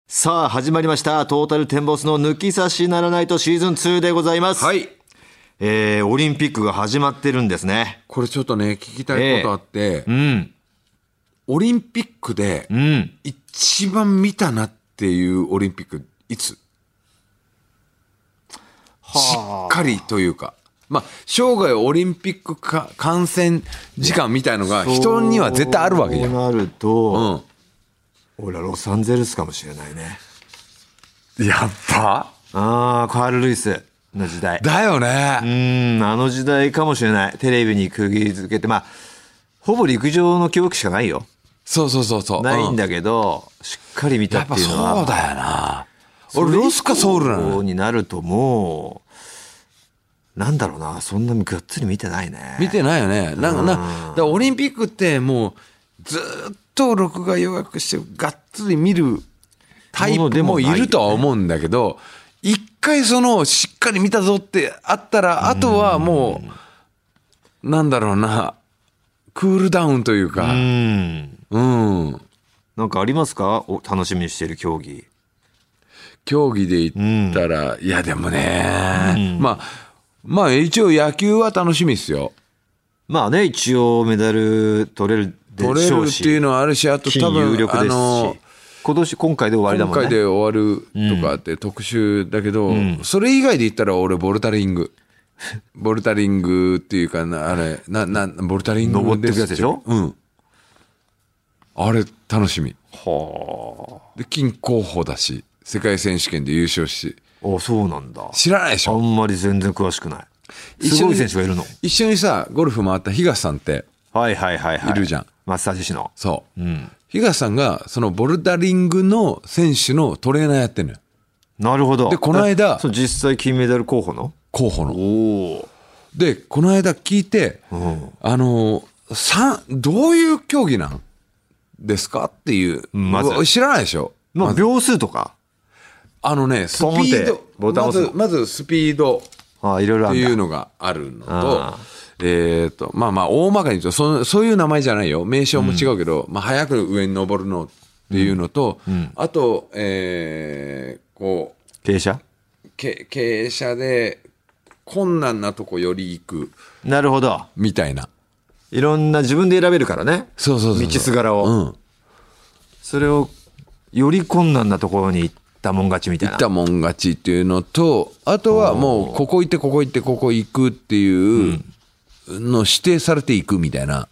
さあ始まりましたトータルテンボスの抜き差しならないとシーズン2でございます。 はい。 オリンピックが始まってるんですね。 これちょっとね、聞きたいことあって、オリンピックで一番見たなっていうオリンピックいつ？しっかりというか、まあ生涯オリンピック観戦時間みたいのが人には絶対あるわけじゃん。 そうなると、俺はロサンゼルスかもしれないね。 やっぱカール・ルイスの時代だよね。 あの時代かもしれない。テレビに釘付けて、まあほぼ陸上の記憶しかないよ。 そうないんだけど、しっかり見たっていうのはやっぱそうだよな。俺ロスかソウルなのになるともうなんだろうな、そんなにがっつり見てないね。 見てないよね。だからオリンピックってもうずっと録画予約してがっつり見るタイプもいるとは思うんだけど、一回そのしっかり見たぞってあったら、あとはもうなんだろうな、クールダウンというか。 なんかありますか？楽しみにしている競技で言ったら、いやでもね、まあ一応野球は楽しみですよ。 まあね、一応メダル取れるでしょうし、 っていうのはあるし、あと多分有力ですし、今回で終わりだもんね。 今回で終わるとかって特集だけど、それ以外で言ったら俺ボルダリングっていうかな、あれボルダリング登っていくやつでしょ。 あれ楽しみ。 はあ。 で金候補だし、世界選手権で優勝し。 そうなんだ。 知らないでしょ。 あんまり全然詳しくない。すごい選手がいるの。 一緒にさゴルフ回った東さんっているじゃん。 マッサージ師の。 そう、東さんがそのボルダリングの選手のトレーナーやってんのよ。 なるほど。 でこの間実際金メダル候補のでこの間聞いて、どういう競技なんですかっていう、知らないでしょ。 秒数とかスピード、まずスピードっていうのがあるのと、まあ大まかに言うとそういう名前じゃないよ、名称も違うけど、早く上に登るのっていうのと、あと、こう傾斜で困難なとこより行く。 なるほど。 みたいな。 いろんな自分で選べるからね。道すがらを。それをより困難なところに行ったもん勝ちみたいな。 行ったもん勝ちっていうのと、あとはもうここ行ってここ行ってここ行くっていうの指定されていくみたいな。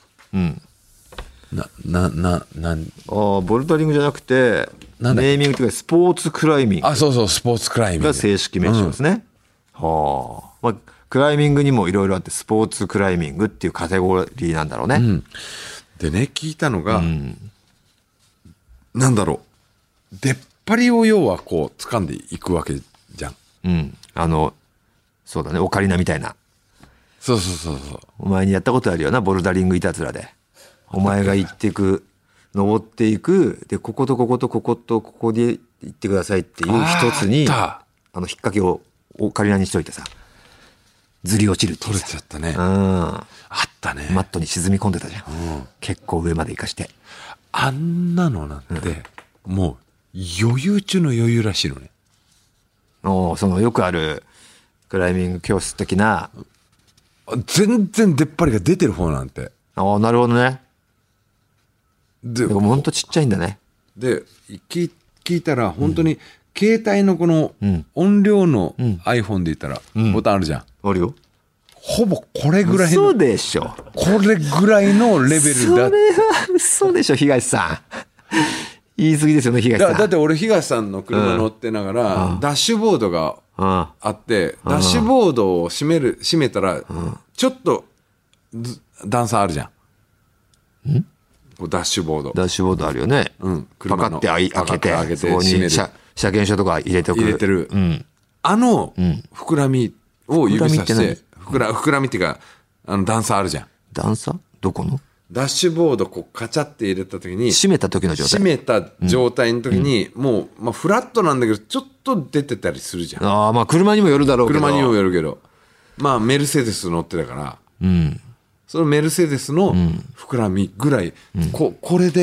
ボルダリングじゃなくてネーミングというかスポーツクライミング。 そうスポーツクライミングが正式名称ですね。クライミングにもいろいろあって、スポーツクライミングっていうカテゴリーなんだろうね。 でね、聞いたのが、なんだろう、出っ張りを要はこう掴んでいくわけじゃん。 そうだね、オカリナみたいな。 そうお前にやったことあるよな、ボルダリングいたずらで。お前が行っていく、登っていく、でこことこことこことここで行ってくださいっていう一つに引っ掛けをオカリナにしといてさ、ずり落ちるっていう。 取れちゃったね。 あったね。 マットに沈み込んでたじゃん。結構上まで行かして。 あんなのなんて、もう余裕中の余裕らしいのね。 そのよくあるクライミング教室的な。 全然出っ張りが出てる方なんて。 なるほどね。 でもほんとちっちゃいんだね。 で聞いたら本当に、携帯のこの音量の iPhone で言ったらボタンあるじゃん。 あるよ。 ほぼこれぐらいの。 嘘でしょ。 これぐらいのレベルだ。 それは嘘でしょ、東さん。言い過ぎですよね、東さん。 だって俺東さんの車乗ってながら、ダッシュボードがあって、ダッシュボードを閉めたら、ちょっと段差あるじゃん。ダッシュボードあるよね。パカって開けて、そこに車検証とか入れてる。膨らみを指さして、膨らみっていうか、段差あるじゃん。 段差？どこの？ ダッシュボードこうカチャって入れた時に、 閉めた時の状態。 閉めた状態の時に、もう、フラットなんだけど、ちょっと出てたりするじゃん。 車にもよるだろうけど。 車にもよるけど。メルセデス乗ってたから、そのメルセデスの膨らみぐらい、これで、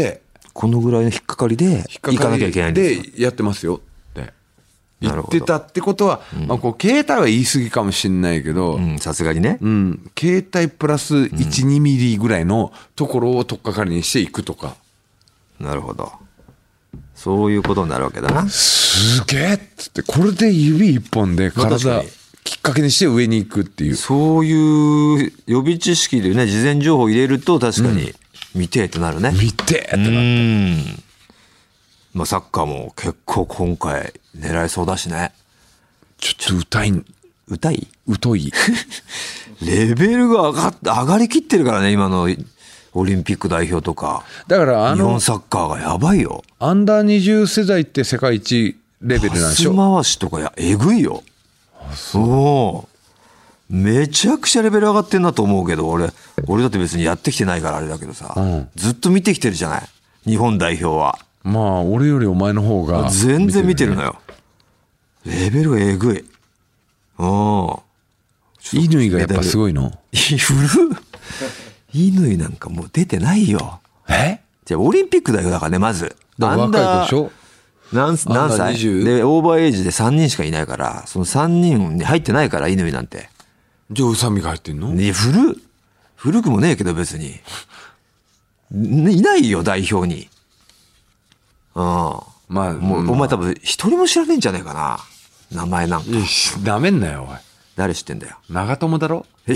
このぐらいの引っかかりで行かなきゃいけないんですでやってますよって言ってたってことは、まあ、こう携帯は言い過ぎかもしれないけど、 さすがにね、 携帯プラス1、2ミリぐらいのところを取っかかりにしていくとか。 なるほど、そういうことになるわけだな。 すげえっつって、これで指一本で体きっかけにして上に行くっていう、 そういう予備知識でね、事前情報入れると確かに見てってなるね、 見てってなって、 まあ、サッカーも結構今回狙いそうだしね。 ちょっと疎いレベルが上がりきってるからね、今のオリンピック代表とか。 だから日本サッカーがやばいよ。 アンダー20世代って世界一レベルなんでしょ。 パス回しとかえぐいよ。めちゃくちゃレベル上がってんなと思うけど、俺だって別にやってきてないからあれだけどさ、ずっと見てきてるじゃない、日本代表は。 まあ俺よりお前の方が全然見てるのよ。レベルがえぐい。 乾がやっぱすごいの。 乾なんかもう出てないよ。じゃあオリンピック代表だからね、まず。 若いでしょ。 何歳で、オーバーエイジで3人しかいないから、その3人に入ってないから、乾なんて。 じゃあ宇佐美が入ってんの？ 古くもねえけど別に。いないよ、代表に。まあ、もうお前多分一人も知らねえんじゃねえかな、名前なんか。 なめんなよ、おい。 誰知ってんだよ。 長友だろ。 止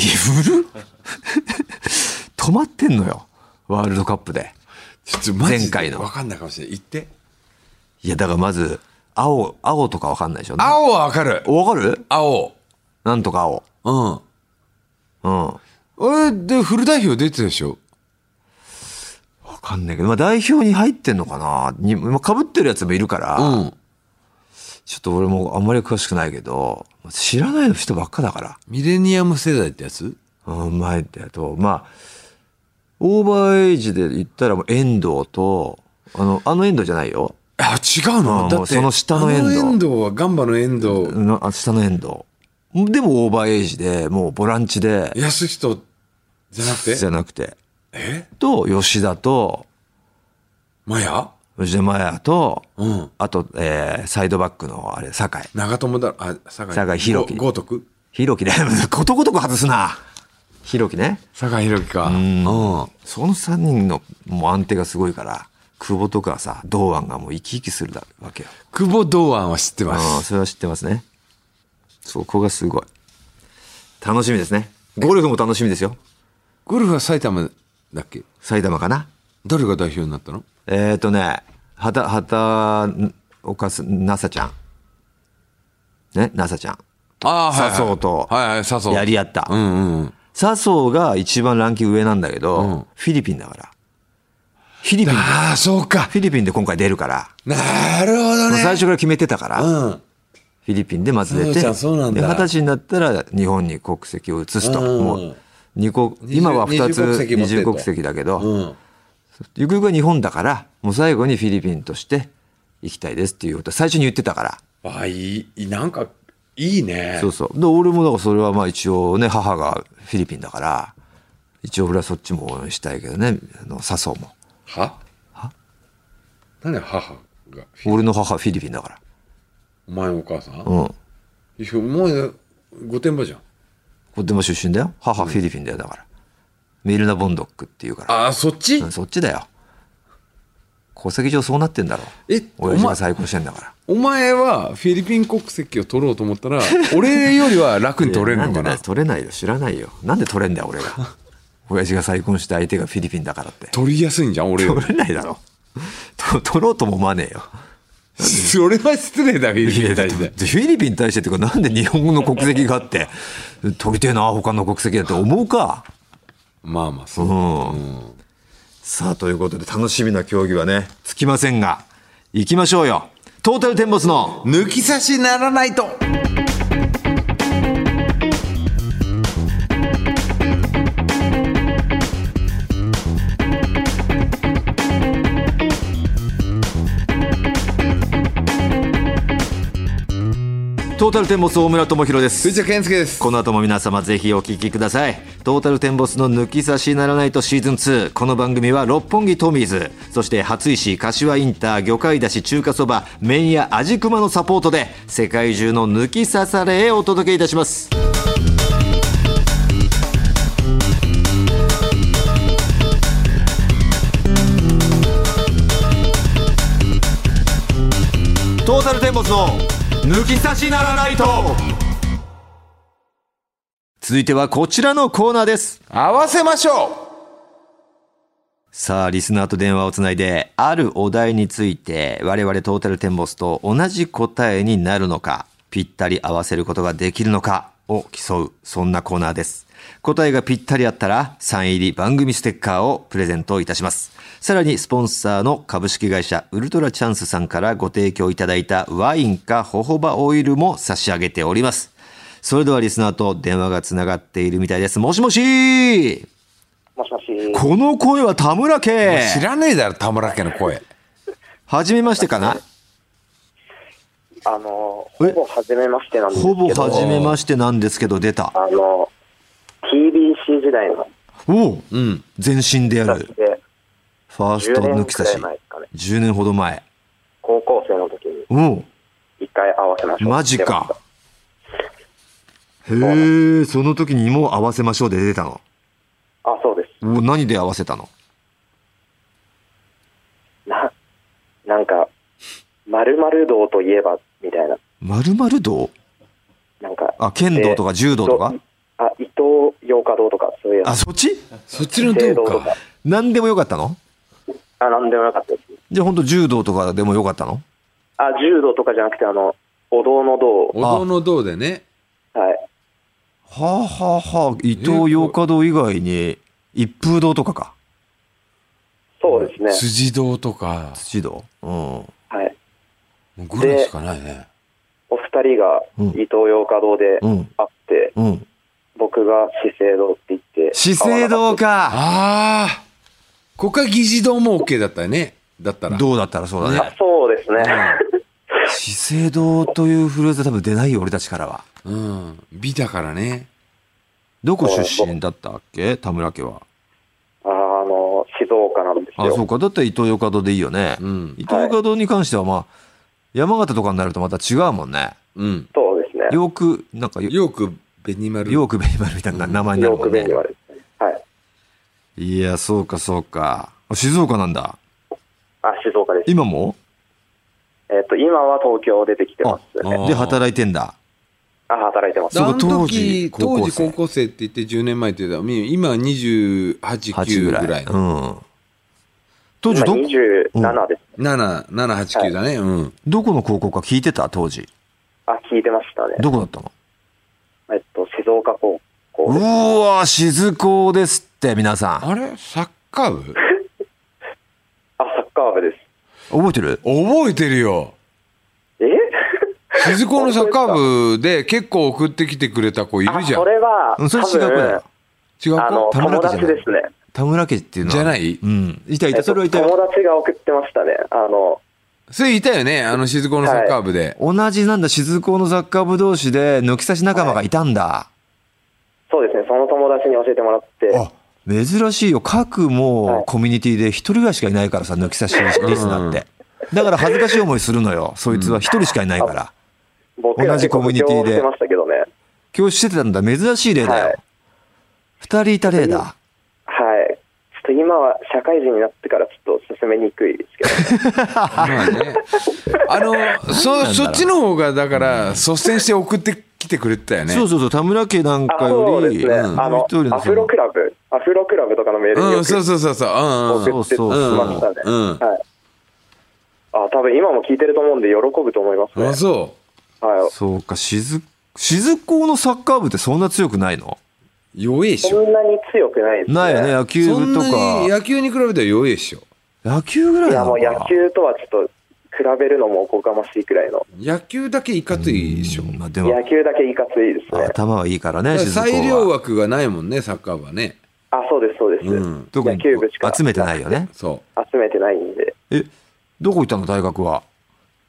まってんのよ、ワールドカップで。前回の。 分かんないかもしれない。言って。 いや、だからまず、青とか分かんないでしょ。 青は分かる。 分かる？ 青。 なんとか青。 で、フル代表出てたでしょ。 分かんないけど、まあ代表に入ってんのかな。被ってるやつもいるから、ちょっと俺もあんまり詳しくないけど、知らないの人ばっかだから。 ミレニアム世代ってやつ？ 前ってやと、まあ、オーバーエイジで言ったらもう遠藤と、あの遠藤じゃないよ。 違うの？だってその下の遠藤。 遠藤はガンバの遠藤。 下の遠藤。でもオーバーエイジで、もうボランチで。 安人じゃなくて？ じゃなくて。と、吉田と、吉田麻也と、あと、サイドバックの、あれ、酒井。 長友だ、 酒井宏樹。 豪徳？ 宏樹ね。ことごとく外すな。宏樹ね。 酒井宏樹か。 その3人のもう安定がすごいから、久保とかさ、堂安がもう生き生きするわけよ。 久保堂安は知ってます。 それは知ってますね。そこがすごい。楽しみですね。ゴルフも楽しみですよ。 ゴルフは埼玉だっけ？ 埼玉かな。 誰が代表になったの？ 畑岡なさちゃん。ね、なさちゃん。笹生とやり合った。笹生が一番ランキング上なんだけど、フィリピンだから。フィリピンで。 そうか。 フィリピンで今回出るから。 なるほどね。 最初から決めてたから。フィリピンでまず出て、で20歳になったら日本に国籍を移すと。もう今は2つ二重国籍だけど、ゆくゆくは日本だから、もう最後にフィリピンとして行きたいですっていうことを最初に言ってたから。 なんかいいね。 そうそう。で、俺もだからそれはまあ一応ね、母がフィリピンだから、一応俺はそっちも応援したいけどね、笹生も。 何母が？ 俺の母フィリピンだから。 お前のお母さん？お前御殿場じゃん。 御殿場出身だよ。母フィリピンだよ、だから。ミルナ・ボンドックっていうから。 そっち？ そっちだよ。戸籍上そうなってんだろ。親父が再婚してんだから。 お前はフィリピン国籍を取ろうと思ったら、俺よりは楽に取れるのかな？ 取れないよ、知らないよ。なんで取れんだよ、俺が。親父が再婚した相手がフィリピンだからって。 取りやすいんじゃん、俺より。 取れないだろ。取ろうとも思わねえよ。 それは失礼だ、フィリピンに対して。 フィリピンに対してっていうか、なんで日本の国籍があって、取りてえな、他の国籍だって思うか。 まあまあ、そう。 さあ、ということで楽しみな競技はね、つきませんが、行きましょうよ。トータルテンボスの抜き差しならないと。 トトータルテンボス大村智弘です。 藤田健介です。 この後も皆様ぜひお聞きください。トータルテンボスの抜き差しならないとシーズン2。この番組は六本木トミーズ、そして初石柏インター、魚介だし中華そば麺屋味熊のサポートで世界中の抜き差されへお届けいたします。トータルテンボスの抜き差しならないと。続いてはこちらのコーナーです。 合わせましょう。 さあ、リスナーと電話をつないで、あるお題について我々トータルテンボスと同じ答えになるのか、ぴったり合わせることができるのかを競う、そんなコーナーです。答えがぴったりあったらサイン入り番組ステッカーをプレゼントいたします。さらにスポンサーの株式会社ウルトラチャンスさんからご提供いただいたワインかホホバオイルも差し上げております。それではリスナーと電話がつながっているみたいです。もしもし。 もしもし。 この声は田村家。 知らねえだろ、田村家の声。 はじめましてかな。 ほぼはじめましてなんですけど。 ほぼはじめましてなんですけど、出た。 TBC 時代の。 おう、うん。前身である。ファースト抜き差し。10年ほど前。 高校生の時に。一回合わせましょう。 マジか。へえ、その時にも合わせましょうで出たの。 あ、そうです。 何で合わせたの？ なんか、〇〇道といえば、みたいな。 〇〇道？ なんか。 剣道とか柔道とか？ 伊東洋華堂とか、そういう。 そっち？ そっちの道か。 何でもよかったの？ 何でもよかったです。 じゃあ本当柔道とかでもよかったの？ 柔道とかじゃなくて、お堂の道。 お堂の道でね。 はい。 はあはあはあ、伊東洋華堂以外に一風堂とかか。 そうですね。 辻堂とか。 辻堂。うん。 はい。 もうぐらいしかないね。 お二人が伊東洋華堂で会って、僕が資生堂って言って。 資生堂か。 ああ。ここは議事堂も OK だったよね。だったら。 どうだったらそうだね。 そうですね。 資生堂というフレーズは多分出ないよ、俺たちからは。 うん。美だからね。 どこ出身だったっけ、田村家は。 静岡なんですよ。 そうか。だったら伊東洋華堂でいいよね。伊東洋華堂に関しては山形とかになるとまた違うもんね。 そうですね。 ヨーク紅丸。 ヨーク紅丸みたいな名前になるもんね。 ヨーク紅丸ですね。はい。 いや、そうかそうか。静岡なんだ。 静岡です。 今も？ 今は東京出てきてますね。 で、働いてんだ。 働いてます。 当時高校生って言って10年前って言ったら、今は28、9ぐらい。 当時 27です。 7、8、9だね。 どこの高校か聞いてた当時。 聞いてましたね。 どこだったの？ 静岡高校。 うわ、静高ですって、皆さん。 あれサッカー部？ サッカー部です。 覚えてる？ 覚えてるよ。静高のサッカー部で結構送ってきてくれた子いるじゃん。 それは、 それ違う子だよ。 違う子？ 友達ですね。 田村家っていうのは。 じゃない？ いた、それはいたよ。 友達が送ってましたね。 それいたよね、静高のサッカー部で。 同じ静高のサッカー部同士で抜き差し仲間がいたんだ。 そうですね、その友達に教えてもらって。 珍しいよ。各もうコミュニティで一人ぐらいしかいないからさ、抜き差しリスナーって。だから恥ずかしい思いするのよ。そいつは一人しかいないから。同じコミュニティで。教師してたんだ。珍しい例だよ。二人いた例だ。 はい。ちょっと今は社会人になってからちょっと進めにくいですけど。 まあね。そっちの方がだから率先して送ってきてくれてたよね。 そう。田村家なんかより。 そうですね。アフロクラブとかのメールによくそう。 送ってましたね。はい。多分今も聞いてると思うんで喜ぶと思いますね。 そう。 はい。 そうか、静高のサッカー部ってそんな強くないの？ 弱いっしょ。 そんなに強くないですね。 ないよね、野球部とか。 そんなに野球に比べたら弱いっしょ。 野球ぐらいなのかな。 いや、もう野球とはちょっと比べるのもおこがましいくらいの。 野球だけいかついでしょ。 野球だけいかついですね。 頭はいいからね、静高は。 裁量枠がないもんね、サッカー部はね。 そうです。 特に野球部しか集めてないよね。 集めてないんで。 どこ行ったの、大学は？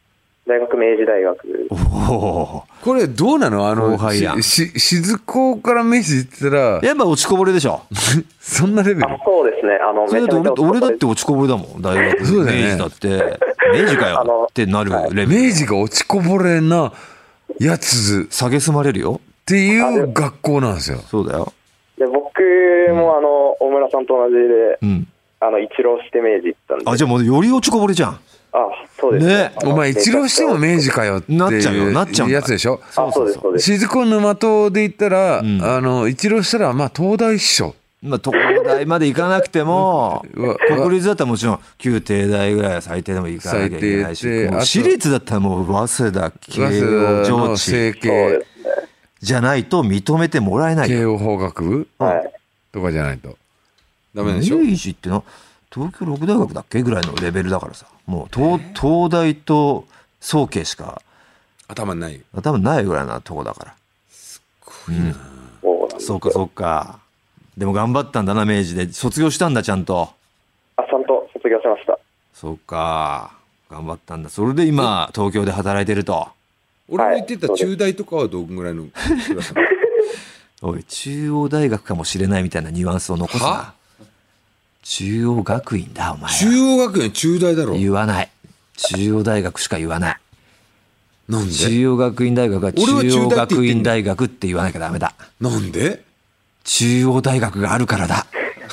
大学明治大学。 これどうなの静子から明治行ってたら。 やっぱ落ちこぼれでしょ。 そんなレベル？ そうですね。 それだって俺だって落ちこぼれだもん、大学。 そうだよね。 明治だって。明治かよってなるレベル。 明治が落ちこぼれなやつ。 蔑まれるよ。 っていう学校なんですよ。 そうだよ。 で僕も大村さんと同じで、一浪して明治行ったんで。 じゃあもうより落ちこぼれじゃん。 そうですね。 お前一浪しても明治かよっていうやつでしょ。 そうですそうです。 静子沼戸で言ったら、一浪したら東大っしょ。 東大まで行かなくても国立だったらもちろん旧帝大ぐらいは最低でも行かなきゃいけないし、私立だったらもう早稲田慶応上智じゃないと認めてもらえない。 慶応法学部とかじゃないとダメでしょ。 明治って東京六大学だっけぐらいのレベルだからさ、もう東大と早慶しか頭ないぐらいなとこだから。すごいな。そうかそうか。でも頑張ったんだな、明治で。卒業したんだ、ちゃんと。 ちゃんと卒業しました。 そうか。頑張ったんだ。それで今、東京で働いてると。 俺の言ってた中大とかはどんぐらいのクラスなの？ おい、中央大学かもしれないみたいなニュアンスを残すな。中央学院だ、お前は。 中央学院中大だろ。 言わない。中央大学しか言わない。 なんで？ 中央学院大学は中央学院大学って言わなきゃダメだ。 なんで？ 中央大学があるからだ。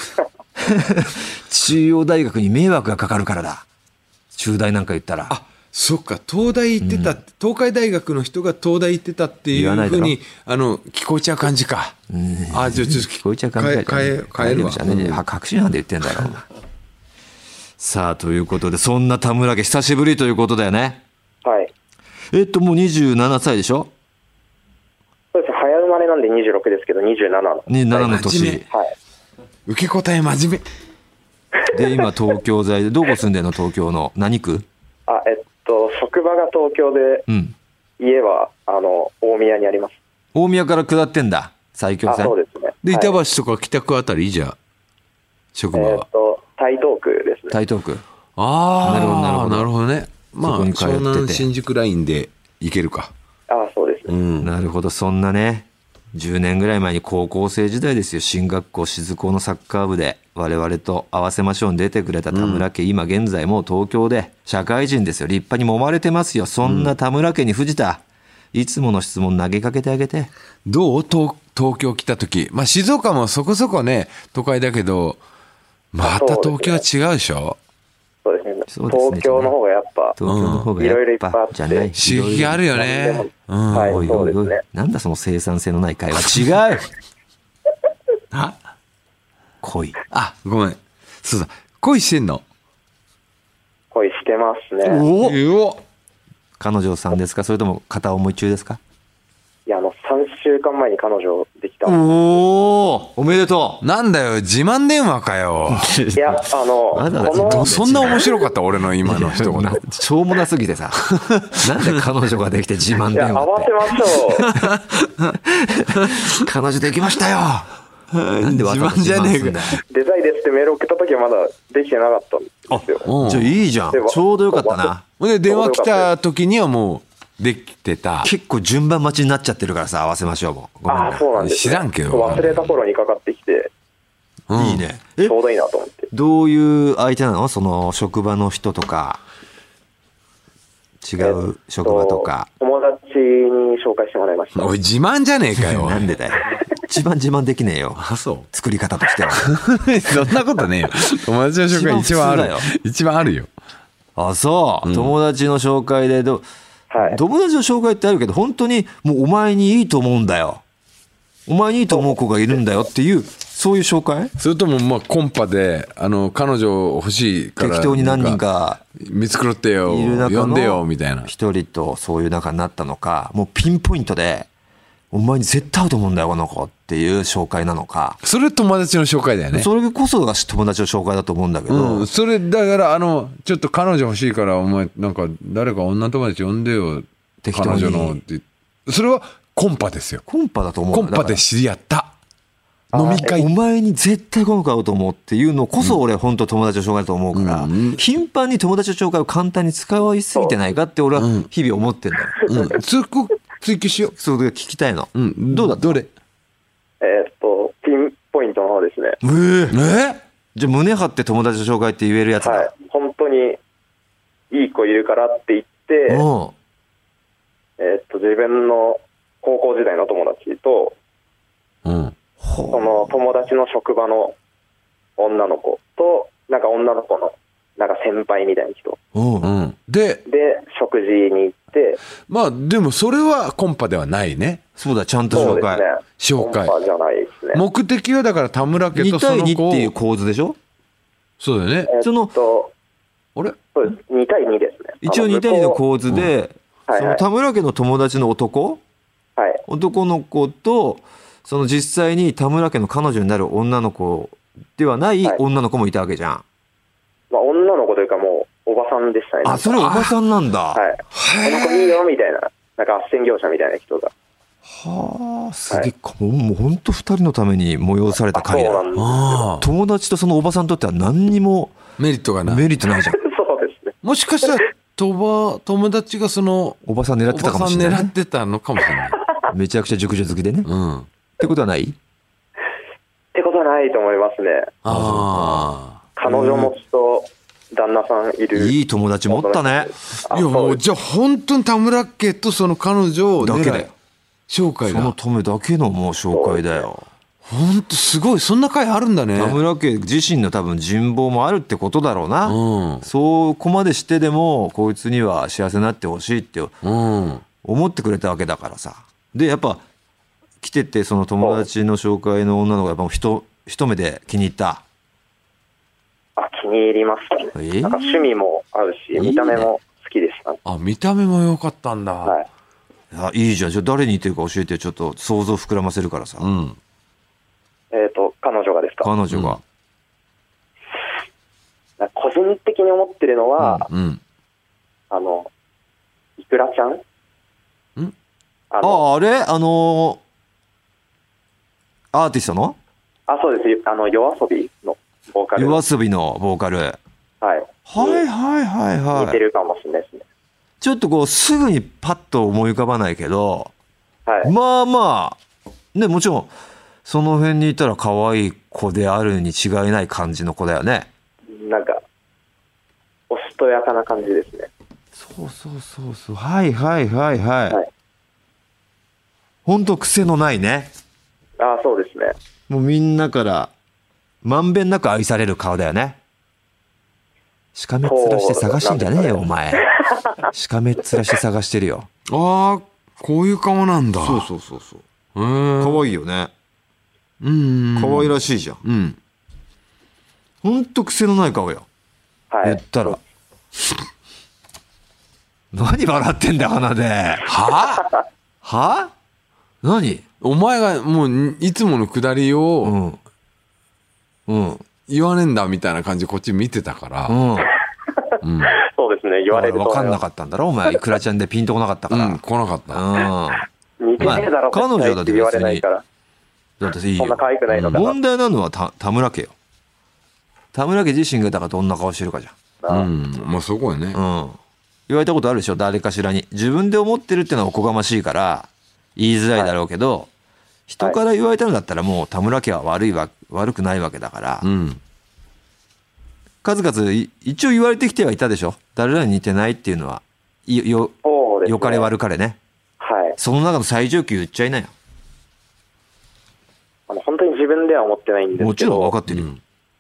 中央大学に迷惑がかかるからだ。中大なんか言ったら。 そっか、東大行ってた、東海大学の人が東大行ってたっていうふうに聞こえちゃう感じか。 じゃあちょっと聞こえちゃう感じか。 変えるわ。 確信犯で言ってんだろ。さあ、ということで、そんな田村家久しぶりということだよね。 はい。 もう27歳でしょ？ そうです。早生まれなんで26ですけど、27 の年。 はい。 受け答え真面目。で、今東京在で、どこ住んでんの？東京の何区？ 職場が東京で、家は大宮にあります。 大宮から下ってんだ、埼京線。 そうですね。 で、板橋とか北区あたりじゃ職場は。 台東区ですね。 台東区。 なるほどね。湘南新宿ラインで行けるか。 そうですね。 なるほど。そんなね、10年ぐらい前に高校生時代ですよ、進学校静高のサッカー部で我々と合わせましょうに出てくれた田村家、今現在もう東京で社会人ですよ。立派に揉まれてますよ。そんな田村家に藤田、いつもの質問投げかけてあげて。 どう？東京来た時、静岡もそこそこね都会だけど、また東京は違うでしょ。 そうですね。東京の方がやっぱいろいろいっぱいあって刺激あるよね。 はい、そうですね。 なんだその生産性のない会話。違う。恋。 ごめん。そうだ。恋してんの？ 恋してますね。 お。 彼女さんですか？それとも片思い中ですか？ いや、3週間前に彼女できた。 おめでとう。なんだよ、自慢電話かよ。 いや、 そんな面白かった俺の今の人が。 しょうもなすぎてさ。なんで彼女ができて自慢電話って。 合わせましょう。 彼女できましたよ。なんで自慢じゃねえか。 デザイですってメール送った時はまだできてなかったんですよ。 じゃあいいじゃん。ちょうどよかったな。 で、電話来た時にはもう、できてた。 結構順番待ちになっちゃってるからさ、合わせましょうも。 ごめんな。そうなんです、 知らんけど。 忘れた頃にかかってきて。 いいね。 ちょうどいいなと思って。 どういう相手なの？その職場の人とか、違う職場とか。 友達に紹介してもらいました。 おい、自慢じゃねえかよ。 なんでだよ。一番自慢できねえよ。 そう。 作り方としては。 そんなことねえよ。友達の紹介一番あるよ。一番あるよ。 そう。友達の紹介で友達の紹介ってあるけど、本当にもうお前にいいと思うんだよ。お前にいいと思う子がいるんだよっていう、そういう紹介？ それともコンパで彼女欲しいから適当に何人か見繕ってよ、呼んでよみたいな。 一人とそういう仲になったのか、もうピンポイントでお前に絶対合うと思うんだよこの子っていう紹介なのか。 それ友達の紹介だよね。 それこそが友達の紹介だと思うんだけど、 それだからちょっと彼女欲しいからお前なんか誰か女友達呼んでよ適当に彼女のって。それはコンパですよ。 コンパだと思う。 コンパで知り合った。 飲み会。 お前に絶対この子会うと思うっていうのこそ俺本当友達の紹介だと思うから、頻繁に友達の紹介を簡単に使いすぎてないかって俺は日々思ってんだよ。 そこ追求しよう。 そうで聞きたいの。 どうだった？どれ？ ピンポイントの方ですね。 じゃあ胸張って友達の紹介って言えるやつだ。 はい。本当にいい子いるからって言って、自分の高校時代の友達と、その友達の職場の女の子と、なんか女の子のなんか先輩みたいな人、で食事に行って、 まあでもそれはコンパではないね。 そうだ、ちゃんと紹介。 紹介。 コンパじゃないですね。 目的はだから田村家とその子。 2対2っていう構図でしょ。 そうだよね。 あれ？そうです。2対2ですね。 一応2対2の構図で、その田村家の友達の男の子と、その実際に田村家の彼女になる女の子ではない女の子もいたわけじゃん。 まあ女の子というかもうおばさんでしたね。 あ、それおばさんなんだ。 はい。この子いいよみたいな、なんか斡旋業者みたいな人が。 はあ、すげえ、もう本当2人のために催された会だ。友達とそのおばさんにとっては何にもメリットがない。 メリットないじゃん。 そうですね。 もしかしたら友達がそのおばさん狙ってたかもしれない。 おばさん狙ってたのかもしれない。 めちゃくちゃ熟女好きでね。ってことはない？ ってことはないと思いますね。彼女持ちと旦那さんいる。 いい友達持ったね。 いやもうじゃあ本当に田村家とその彼女をだけだよ。 紹介だ。 そのためだけのもう紹介だよ。 本当すごい、そんな会あるんだね。 田村家自身の多分人望もあるってことだろうな。そこまでしてでもこいつには幸せになってほしいって思ってくれたわけだからさ。でやっぱ来ててその友達の紹介の女の子がやっぱ一目で気に入った。 気に入りますね。なんか趣味も合うし、見た目も好きでしたね。 見た目も良かったんだ。 はい。 いいじゃん。じゃあ誰に似てるか教えて、ちょっと想像膨らませるからさ。 彼女がですか？ 彼女が。 個人的に思ってるのは、いくらちゃん？ あれアーティストの？ そうです。夜遊びのボーカル。 夜遊びのボーカル。はい。はい。 似てるかもしれないですね。 ちょっとこう、すぐにパッと思い浮かばないけど、まあ、ね、もちろん、その辺にいたら可愛い子であるに違いない感じの子だよね。 なんか、おしとやかな感じですね。 そう。はい。ほんと癖のないね。 そうですね。 もうみんなからまんべんなく愛される顔だよね。しかめっ面して探してんじゃねえよお前。しかめっ面して探してるよ。 こういう顔なんだ。 そう可愛いよね。可愛らしいじゃん。ほんと癖のない顔よ。言ったら何笑ってんだよ鼻で。は何？ お前がもういつものくだりを言わねえんだみたいな感じでこっち見てたから、 そうですね、言われると分かんなかったんだろお前。いくらちゃんでピンとこなかったから。 来なかった。 似てねえだろ彼女だって言われないから。 だっていいよ。 そんな可愛くないのかな。 問題なのは田村家よ。田村家自身がだからどんな顔してるかじゃん。 まあそこやね。 言われたことあるでしょ、誰かしらに。自分で思ってるってのはおこがましいから言いづらいだろうけど、人から言われたのだったらもう田村家は悪くないわけだから、数々一応言われてきてはいたでしょ。誰らに似てないっていうのはよかれ悪かれね。その中の最上級言っちゃいなよ。 本当に自分では思ってないんですけど。 もちろん分かってるよ。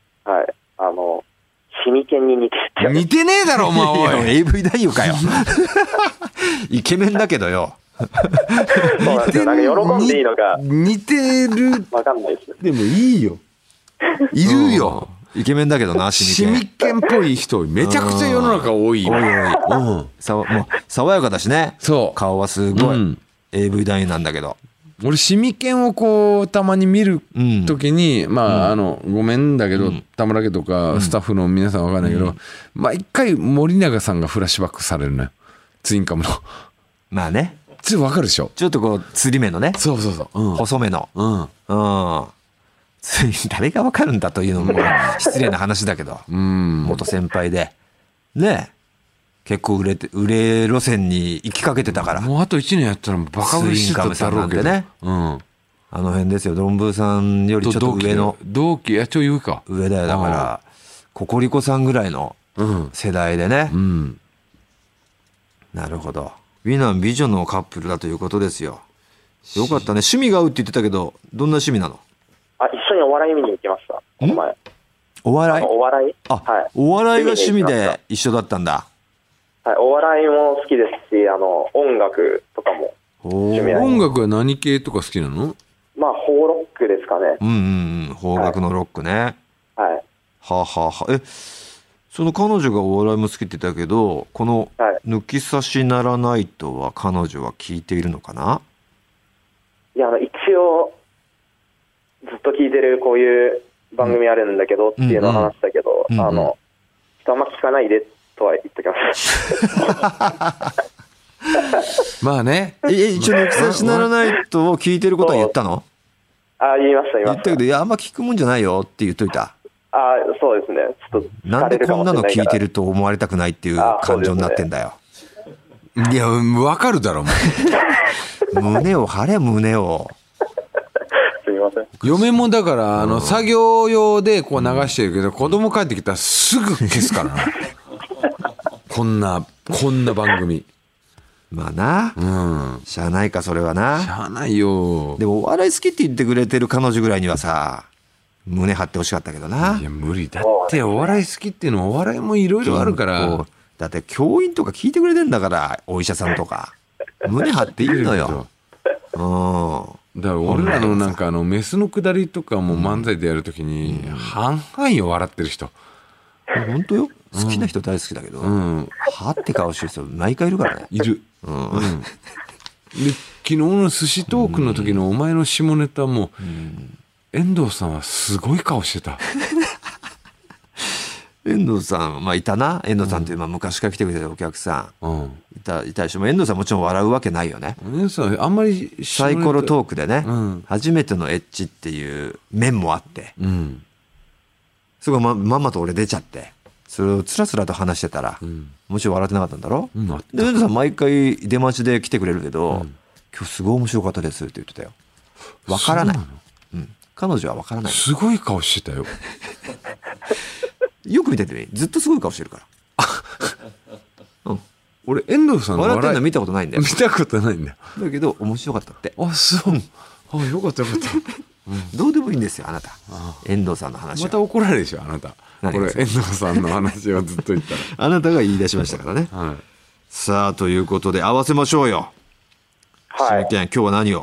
シミケンに似てる。 似てねえだろお前。 おい AV 男優かよ。イケメンだけどよ。 そうなんですよ。なんか喜んでいいのか似てる。 分かんないです。 でもいいよ。いるよ。 イケメンだけどな、 シミケンっぽい人めちゃくちゃ世の中多いよ。 もう爽やかだしね。顔はすごい AV 男優なんだけど。 俺シミケンをこうたまに見るときに、ごめんだけど、田村家とかスタッフの皆さんわかんないけど、毎回森永さんがフラッシュバックされるのよ。ツインカムの。 まあね。 ちょっとわかるでしょ。 ちょっとこう、釣り目のね。 そう。 細めの。 誰がわかるんだというのも失礼な話だけど、元先輩で。ねえ。結構売れ路線に行きかけてたから。 もうあと1年やったらバカ売れしてただろうけどね。 あの辺ですよ。ドンブーさんよりちょっと上の。 同期、ちょい上か。 上だよ。だから、ココリコさんぐらいの世代でね。なるほど。美男美女のカップルだということですよ。よかったね。趣味が合うって言ってたけど、どんな趣味なの？ 一緒にお笑い見に行きました。この前。 お笑い？ お笑い？ はい。お笑いが趣味で一緒だったんだ。 はい。お笑いも好きですし、音楽とかも趣味。 音楽は何系とか好きなの？ まあ、邦ロックですかね。 邦楽のロックね。 はい。 その彼女がお笑いも好きって言ったけど、この抜き差しならないとは彼女は聞いているのかな？ いや、一応、ずっと聞いてるこういう番組あるんだけどっていうのを話したけど、あんま聞かないでとは言っときます。 まあね。 一応抜き差しならないとを聞いてることは言ったの？ 言いました。 言ったけど、いや、あんま聞くもんじゃないよって言っといた。 そうですね。ちょっとなんでこんなの聞いてると思われたくないっていう感情になってんだよ。 いや、わかるだろ、もう。胸を張れ、胸を。 すみません。 嫁もだから、作業用でこう流してるけど、子供帰ってきたらすぐ消すからな。こんな番組。 まあな。しゃあないか、それはな。 しゃあないよ。 でも、お笑い好きって言ってくれてる彼女ぐらいにはさ、胸張ってほしかったけどな。 いや、無理だって、お笑い好きっていうのはお笑いもいろいろあるから。 だって教員とか聞いてくれてんだから、お医者さんとか。胸張っていいのよ。 だから俺らのなんかメスの下りとかも漫才でやるときに、半々よ、笑ってる人。 本当よ。好きな人大好きだけど、はって顔してる人毎回いるからね。 いる。で、昨日の寿司トークの時のお前の下ネタも、遠藤さんはすごい顔してた。 遠藤さん、いたな。遠藤さんっていう、昔から来てくれたお客さん。いたし、遠藤さんもちろん笑うわけないよね。 遠藤さん、あんまりサイコロトークでね、初めてのエッチっていう面もあって、すごいまんまと俺出ちゃって、それをつらつらと話してたら、もちろん笑ってなかったんだろ。で、遠藤さん毎回出待ちで来てくれるけど、今日すごい面白かったですって言ってたよ。わからない。彼女はわからない。 すごい顔してたよ。 よく見ててね、ずっとすごい顔してるから。 俺、遠藤さんの笑ってるの見たことないんだよ。 見たことないんだよ。 だけど、面白かったって。 そう。よかったよかった。 どうでもいいんですよ、あなた。遠藤さんの話は。 また怒られるでしょ、あなた。俺、遠藤さんの話をずっと言ったら。 あなたが言い出しましたからね。さあ、ということで、合わせましょうよ。 はい。 今日は何を？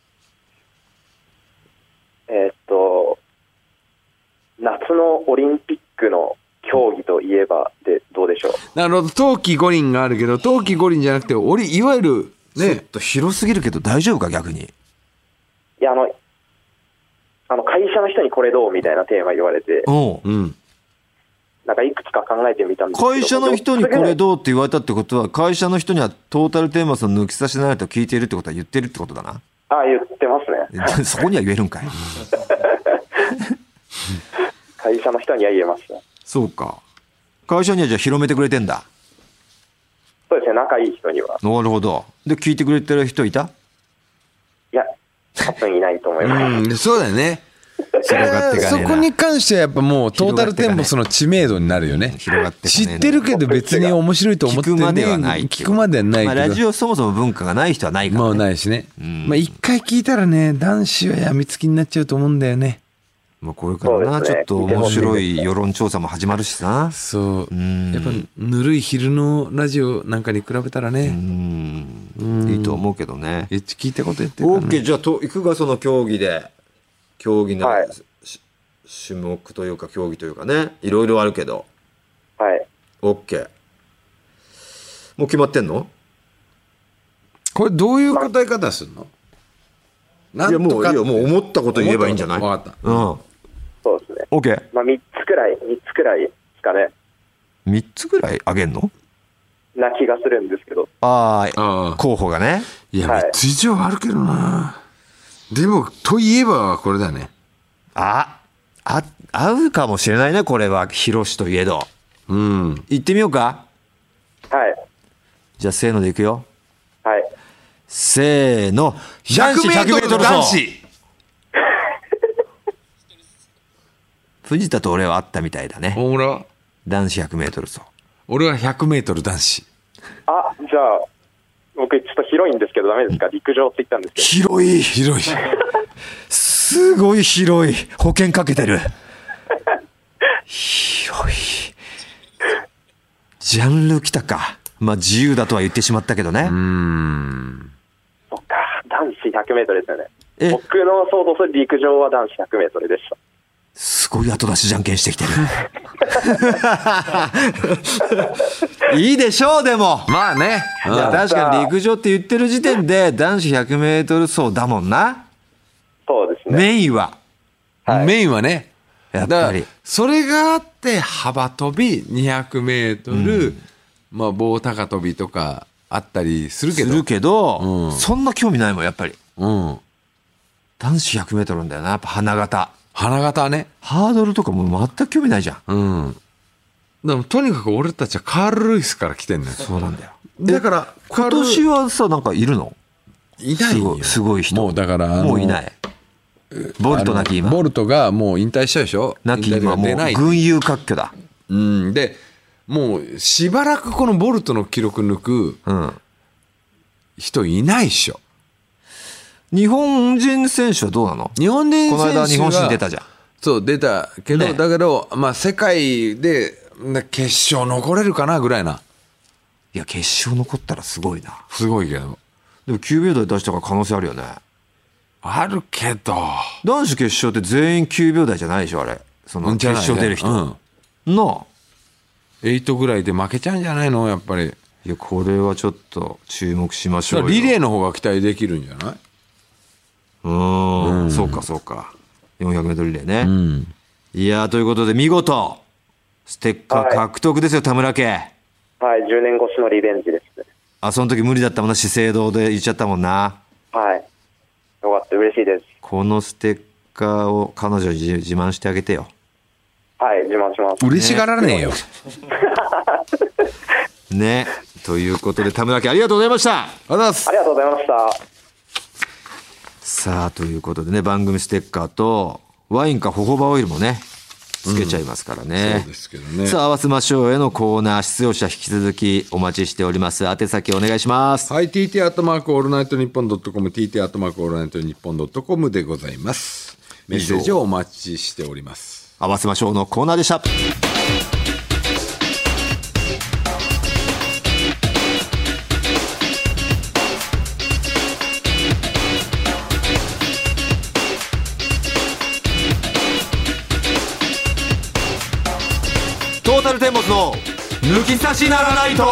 夏のオリンピックの競技といえばでどうでしょう？ なるほど。冬季五輪があるけど、冬季五輪じゃなくて、いわゆるね、ちょっと広すぎるけど大丈夫か、逆に。 いや、会社の人にこれどうみたいなテーマ言われて、なんかいくつか考えてみたんですけど、 会社の人にこれどうって言われたってことは、会社の人にはトータルテーマスの抜き差しならと聞いているってことは言ってるってことだな。 言ってますね。 そこには言えるんかい。 会社の人には言えます。 そうか。会社にはじゃあ広めてくれてんだ。 そうですね、仲いい人には。 なるほど。で、聞いてくれてる人いた？ いや、多分いないと思います。 そうだよね。そこに関してはやっぱもうトータルテンボスの知名度になるよね。 広がって知ってるけど別に面白いと思ってね。聞くまではない。聞くまではないけど。 ラジオそもそも文化がない人はないからね。 もうないしね。一回聞いたらね、男子はやみつきになっちゃうと思うんだよね。 これからな、ちょっと面白い世論調査も始まるしさ。 そう。やっぱぬるい昼のラジオなんかに比べたらね。 いいと思うけどね。 聞いたこと言ってるからね。 OK、じゃあ行くがその競技の種目というか競技というかね、いろいろあるけど。 はい。 OK。もう決まってんの？ これどういう答え方するの？ いやもう思ったこと言えばいいんじゃない？ 分かった。 そうですね。 OK。 3つくらいですかね。 3つくらいあげんの？ な気がするんですけど。 候補がね。 いや、3つ以上あるけどな。でも、といえばこれだね。 合うかもしれないね、これは。ヒロシといえど。行ってみようか。 はい。 じゃあ、せーのでいくよ。 はい。 せーの。男子100メートル走。藤田と俺はあったみたいだね。 俺は男子100メートル走。 俺は100メートル男子。 じゃあ、僕ちょっと広いんですけどダメですか？陸上って言ったんですけど。広い。すごい広い。保険かけてる。広い。ジャンル来たか。まあ自由だとは言ってしまったけどね。 そっか、男子100メートルですよね。僕の想像する陸上は男子100メートルでした。 すごい後出しじゃんけんしてきてる。いいでしょう、でも。 まあね。 確かに陸上って言ってる時点で男子100メートル走だもんな。 そうですね。 メインは。 メインはね。 やっぱり。 それがあって幅跳び200メートル、まあ棒高跳びとかあったりするけど。 そんな興味ないもん、やっぱり。男子100メートルなんだよな、やっぱ花形。 花形ね。 ハードルとかも全く興味ないじゃん。 でもとにかく俺たちはカール・ルイスから来てんのよ。 そうなんだよ。 だから今年はさ、なんかいるの？ いないよ。 すごい人。 もうだからもういない。ボルトなき今。 ボルトがもう引退したでしょ。 なき今もう群雄割拠だ。 でもうしばらくこのボルトの記録抜く人いないっしょ。 日本人選手はどうなの？ 日本人選手はこの間日本人出たじゃん。 そう出たけど、だけどまあ世界で決勝残れるかなぐらいな。 いや決勝残ったらすごいな。 すごいけど。 でも9秒台出したから可能性あるよね。 あるけど。 男子決勝って全員9秒台じゃないでしょあれ。その決勝出る人。なあ。 8ぐらいで負けちゃうんじゃないのやっぱり。 いやこれはちょっと注目しましょうよ。 リレーの方が期待できるんじゃない？ そうかそうか。400メートルリレーね。いやということで見事ステッカー獲得ですよ、田村家。 はい、10年越しのリベンジですね。 その時無理だったもんな、資生堂で言っちゃったもんな。 はい。よかった、嬉しいです。 このステッカーを彼女に自慢してあげてよ。 はい、自慢します。 嬉しがらねえよ。 ね。ということで田村家ありがとうございました。 ありがとうございました。 さあということでね、番組ステッカーとワインかホホバオイルもねつけちゃいますからね。 そうですけどね。 さあ合わせましょうへのコーナー、出場者引き続きお待ちしております。宛先お願いします。 はい、TT アットマークオールナイトニッポンドットコム、TT アットマークオールナイトニッポンドットコムでございます。メッセージをお待ちしております。 合わせましょうのコーナーでした。トータルテンボスの抜き差しならないと。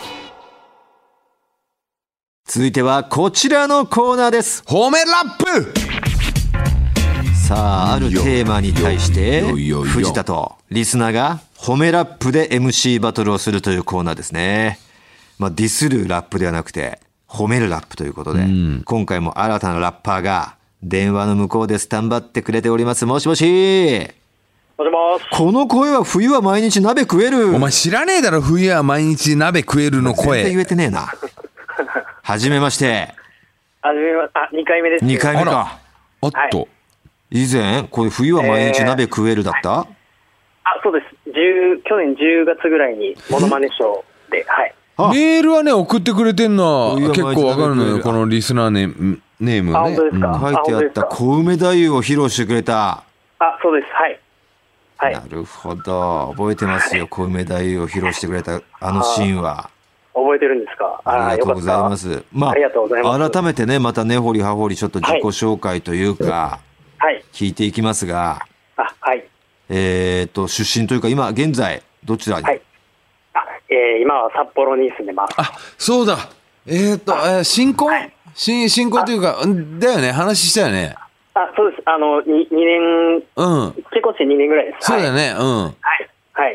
続いてはこちらのコーナーです。 褒めラップ。 さああるテーマに対して藤田とリスナーが褒めラップで MC バトルをするというコーナーですね。まあディスるラップではなくて褒めるラップということで、今回も新たなラッパーが電話の向こうでスタンバってくれております。もしもし。 もしもし。 この声は冬は毎日鍋食える。 お前知らねえだろ、冬は毎日鍋食えるの声。 全然言えてねえな。はじめまして。 2回目です。 2回目か。 おっと、はい、 以前これ冬は毎日鍋食えるだった、 そうです。去年10月ぐらいにモノマネショーで、はい。 メールはね送ってくれてんのは結構わかるのよ、このリスナーネームがね。 書いてあった小梅太夫を披露してくれた。 そうです。はい。はい、 なるほど、覚えてますよ。小梅太夫を披露してくれたあのシーンは。 覚えてるんですか。 ありがとうございます。まあ、 ありがとうございます。 改めてね、また根掘り葉掘りちょっと自己紹介というか、 はい、 聞いていきますが、 はい。 出身というか今現在どちらに？ はい。今は札幌に住んでます。 そうだ。新婚？はい、新婚というかだよね。話したよね。 そうです。2年、結婚して2年ぐらいです。 そうだよね。 はい。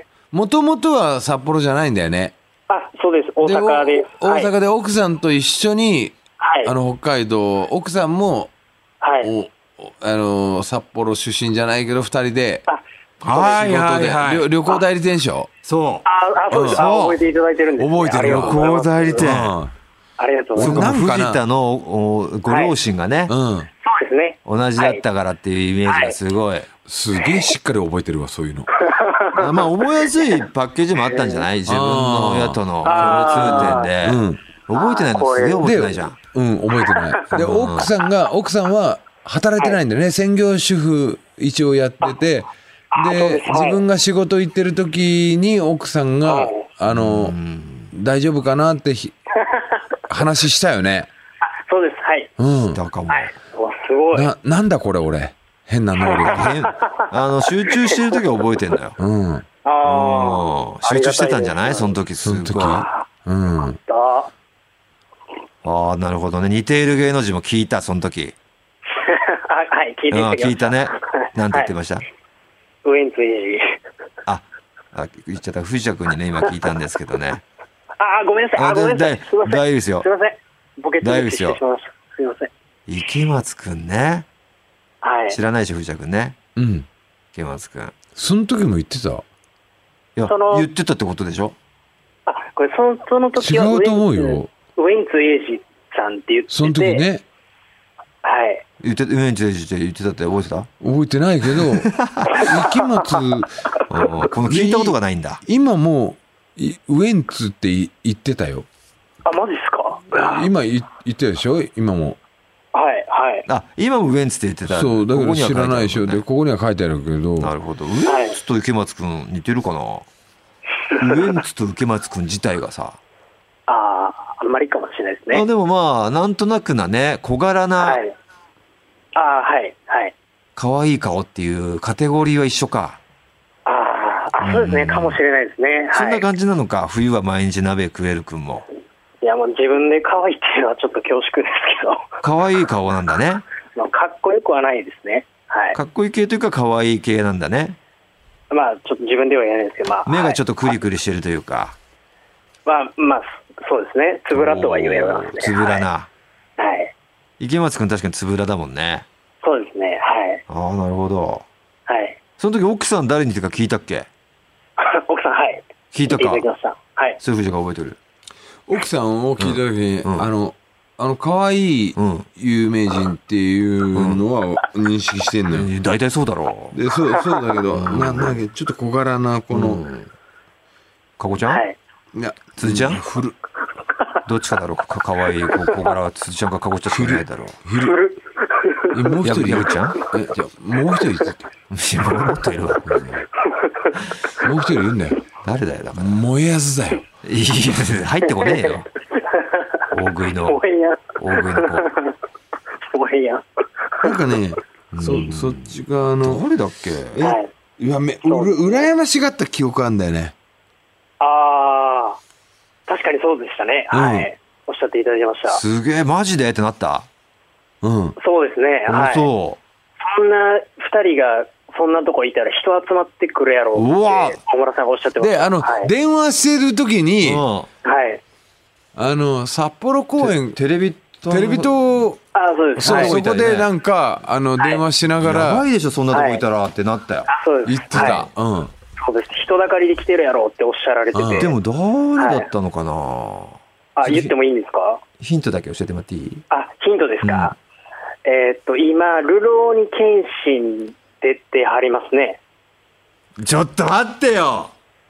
もともとは札幌じゃないんだよね。 そうです。大阪で。 大阪で奥さんと一緒に、北海道、奥さんも、 札幌出身じゃないけど2人ではいはいはい。 旅行代理店でしょ。 そう。 そうです。覚えていただいてるんですね。 覚えてる。 旅行代理店。 ありがとうございます。 藤田のご両親がね、 そうですね。 同じだったからっていうイメージがすごい。 すげえしっかり覚えてるわ、そういうの。 まあ覚えやすいパッケージもあったんじゃない？自分の親との共通点で。覚えてないのすげえ覚えてないじゃん。 覚えてない。で、奥さんは働いてないんだよね。専業主婦一応やってて、で、自分が仕事行ってる時に奥さんが、大丈夫かなって話したよね。 そうです、はい。 だかも。 すごい。 なんだこれ俺。変な能力。 集中してる時は覚えてんだよ。集中してたんじゃない？その時すごい。なるほどね。似ている芸能人も聞いた、その時。 はい、 聞いたね。なんて言ってました？ ウエンツエイジ。 言っちゃった。藤田君にね、今聞いたんですけどね。 ごめんなさい。ごめんなさい。すいません。 大丈夫ですよ。 すいません。ボケてしまいました。すいません。 池松君ね。 はい。 知らないでしょ、藤田君ね。池松君。 その時も言ってた？いや、言ってたってことでしょ？ これその時は違うと思うよ。 ウエンツエイジさんって言ってて。 その時ね。 はい。 ウエンツエイジって言ってたって覚えてた？ 覚えてないけど、池松、 この聞いたことがないんだ。 今もウエンツって言ってたよ。 マジっすか？ 今言ってたでしょ？今も。 はいはい。 今もウエンツって言ってた。 そう、だけど知らないでしょ。で、ここには書いてあるけど。 なるほど。ウエンツと池松くん似てるかな？ウエンツと池松くん自体がさ。 あんまりかもしれないですね。 でもまあ、なんとなくなね、小柄な。はい。可愛い顔っていうカテゴリーは一緒か。 そうですね、かもしれないですね。 そんな感じなのか、冬は毎日鍋食えるくんも。 いや、もう自分で可愛いっていうのはちょっと恐縮ですけど。 可愛い顔なんだね。 かっこよくはないですね。はい。 かっこいい系というか可愛い系なんだね。 ちょっと自分では言えないですけど、 目がちょっとクリクリしてるというか。 そうですね。つぶらとは言えますね。 つぶらな。 はい。 池松くん確かにつぶらだもんね。 そうですね。はい。 なるほど。 はい。 その時奥さん誰に似てるか聞いたっけ？ 奥さん、はい。 聞いたか。 はい。 そういうふうに覚えてる。 奥さんを聞いた時に、可愛い有名人っていうのは認識してんのよ。 大体そうだろう。 で、そうだけど、なんかちょっと小柄なこの。 かこちゃん？ いや、 辻ちゃん？どっちかだろうか。可愛い小柄は辻ちゃんかかこちゃんしかないだろう。 もう一人やぶちゃん？ もう一人いるって。 もっといるわ。 もう一人いるんだよ。 誰だよ、だから。 燃えやずだよ。 入ってこねえよ。大食いの子。 なんかね、そっち側の。 誰だっけ？ 羨ましがった記憶あんだよね。 確かにそうでしたね。はい。おっしゃっていただきました。 すげえ、マジでってなった？ そうですね。はい。そんな二人が、そんなとこいたら人集まってくるやろうって小村さんがおっしゃってました。 で、電話してる時に、札幌公園、テレビ塔、 そうです。 そこでなんか、電話しながら、 やばいでしょ、そんなとこいたらってなったよ。 言ってた。 そうです。人だかりで来てるやろうっておっしゃられてて。 でも誰だったのかな？ 言ってもいいんですか？ ヒントだけ教えてもらっていい？ ヒントですか？今、ルローニケンシン出てはりますね。 ちょっと待ってよ。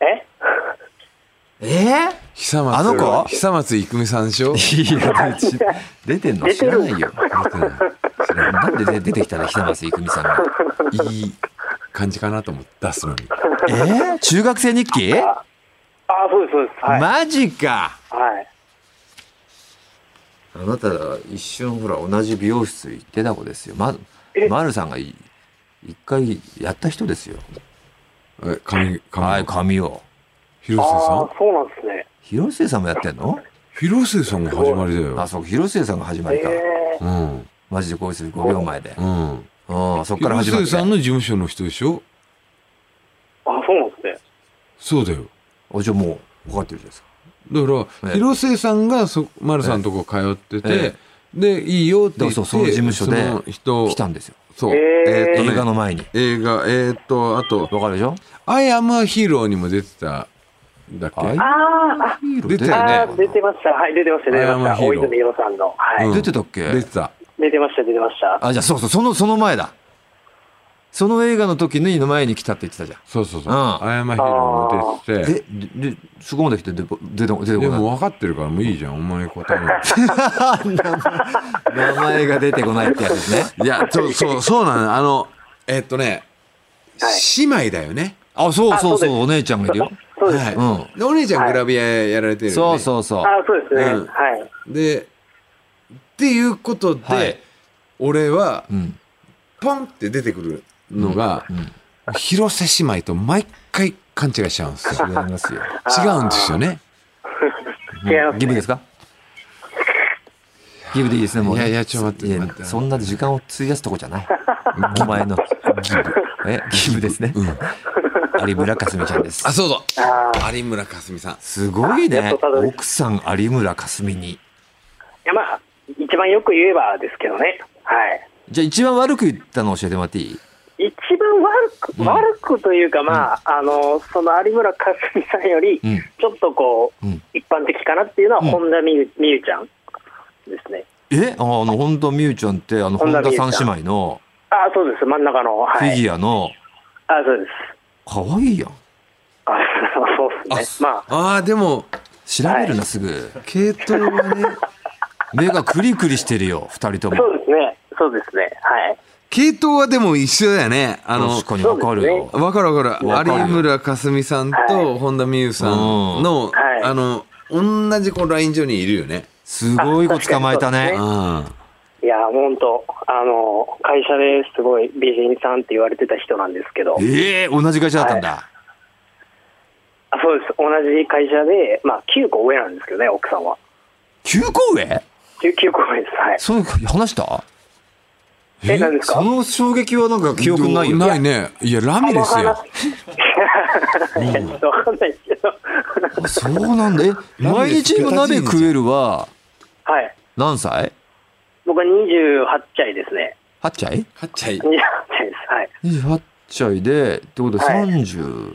あの子？ 久松郁美さんでしょ？ いや、出てんの知らないよ。なんで出てきたら久松郁美さんが。 いい感じかなと思って出すのに。 中学生日記？ そうです、そうです。 マジか。 はい。 あなた一瞬ほら同じ美容室行ってた子ですよ。まるさんが一回やった人ですよ。髪を。 広末さん？ そうなんですね。 広末さんもやってんの？ 広末さんが始まりだよ。 そう、広末さんが始まりか。マジで恋する5秒前で。そっから始まって。 広末さんの事務所の人でしょ？ そうなんですね。 そうだよ。 じゃあもう分かってるじゃないですか。 だから広末さんが丸さんのとこ通ってて、でいいよって言って、 その事務所で来たんですよ。 そう。 映画の前に。 映画、あと、 わかるでしょ？ アイアムアヒーローにも出てた。だっけ？ 出てたよね。 出てました。はい、出てました。大泉洋さんの。はい。 出てたっけ？ 出てた。 出てました。 じゃあそう、その前だ。その映画の時の前に来たって言ってたじゃん。 そう。アイアムアヒーローも出てて。 で、そこまで来て出てこない。 でも分かってるからもういいじゃん。お前答えろ。 名前が出てこないってやつですね。 いや、そうなの。姉妹だよね。 そう、お姉ちゃんがいるよ。 そうです。 で、お姉ちゃんグラビアやられてるよね。 そう。 そうですね。はい。 で、っていうことで、俺は、ポンって出てくるのが、広瀬姉妹と毎回勘違いしちゃうんですよ。 違いますよ。 違うんですよね。 違います。 ギブですか？ギブでいいですね、もう。 いや、ちょっと待って。 そんな時間を費やすとこじゃない。お前の。ギブですね。有村架純ちゃんです。 そうだ。有村架純さん。 すごいね。奥さん有村架純に。 いや、まあ、一番よく言えばですけどね。はい。 じゃあ一番悪く言ったの教えてもらっていい？ 一番悪くというか、まあ、その有村架純さんより、ちょっとこう、一般的かなっていうのは、本田望結ちゃんですね。 本田望結ちゃんって、本田三姉妹の、 そうです、真ん中の。 フィギュアの、 そうです。 かわいいやん。 そうですね。まあ。 でも、 調べるな、すぐ。系統はね、目がクリクリしてるよ、二人とも。 そうですね。はい。 系統はでも一緒だよね。 確かにわかるよ。 わかる。有村架純さんと本田望結さんの、同じこのライン上にいるよね。 すごい子捕まえたね。 いや、本当会社ですごい美人さんって言われてた人なんですけど。 同じ会社だったんだ。 そうです。同じ会社で、9個上なんですけどね、奥さんは。 9個上？ 9個上です。はい。 そう話した？ 何ですか？ その衝撃はなんか記憶ないよ。 ないね。いや、ラミレスよ。 わかんないですけど。 そうなんだ。毎日も鍋食えるは、何歳？ 僕は28歳ですね。 8歳？ 8歳。 28歳です。はい。 28歳で、ってことは37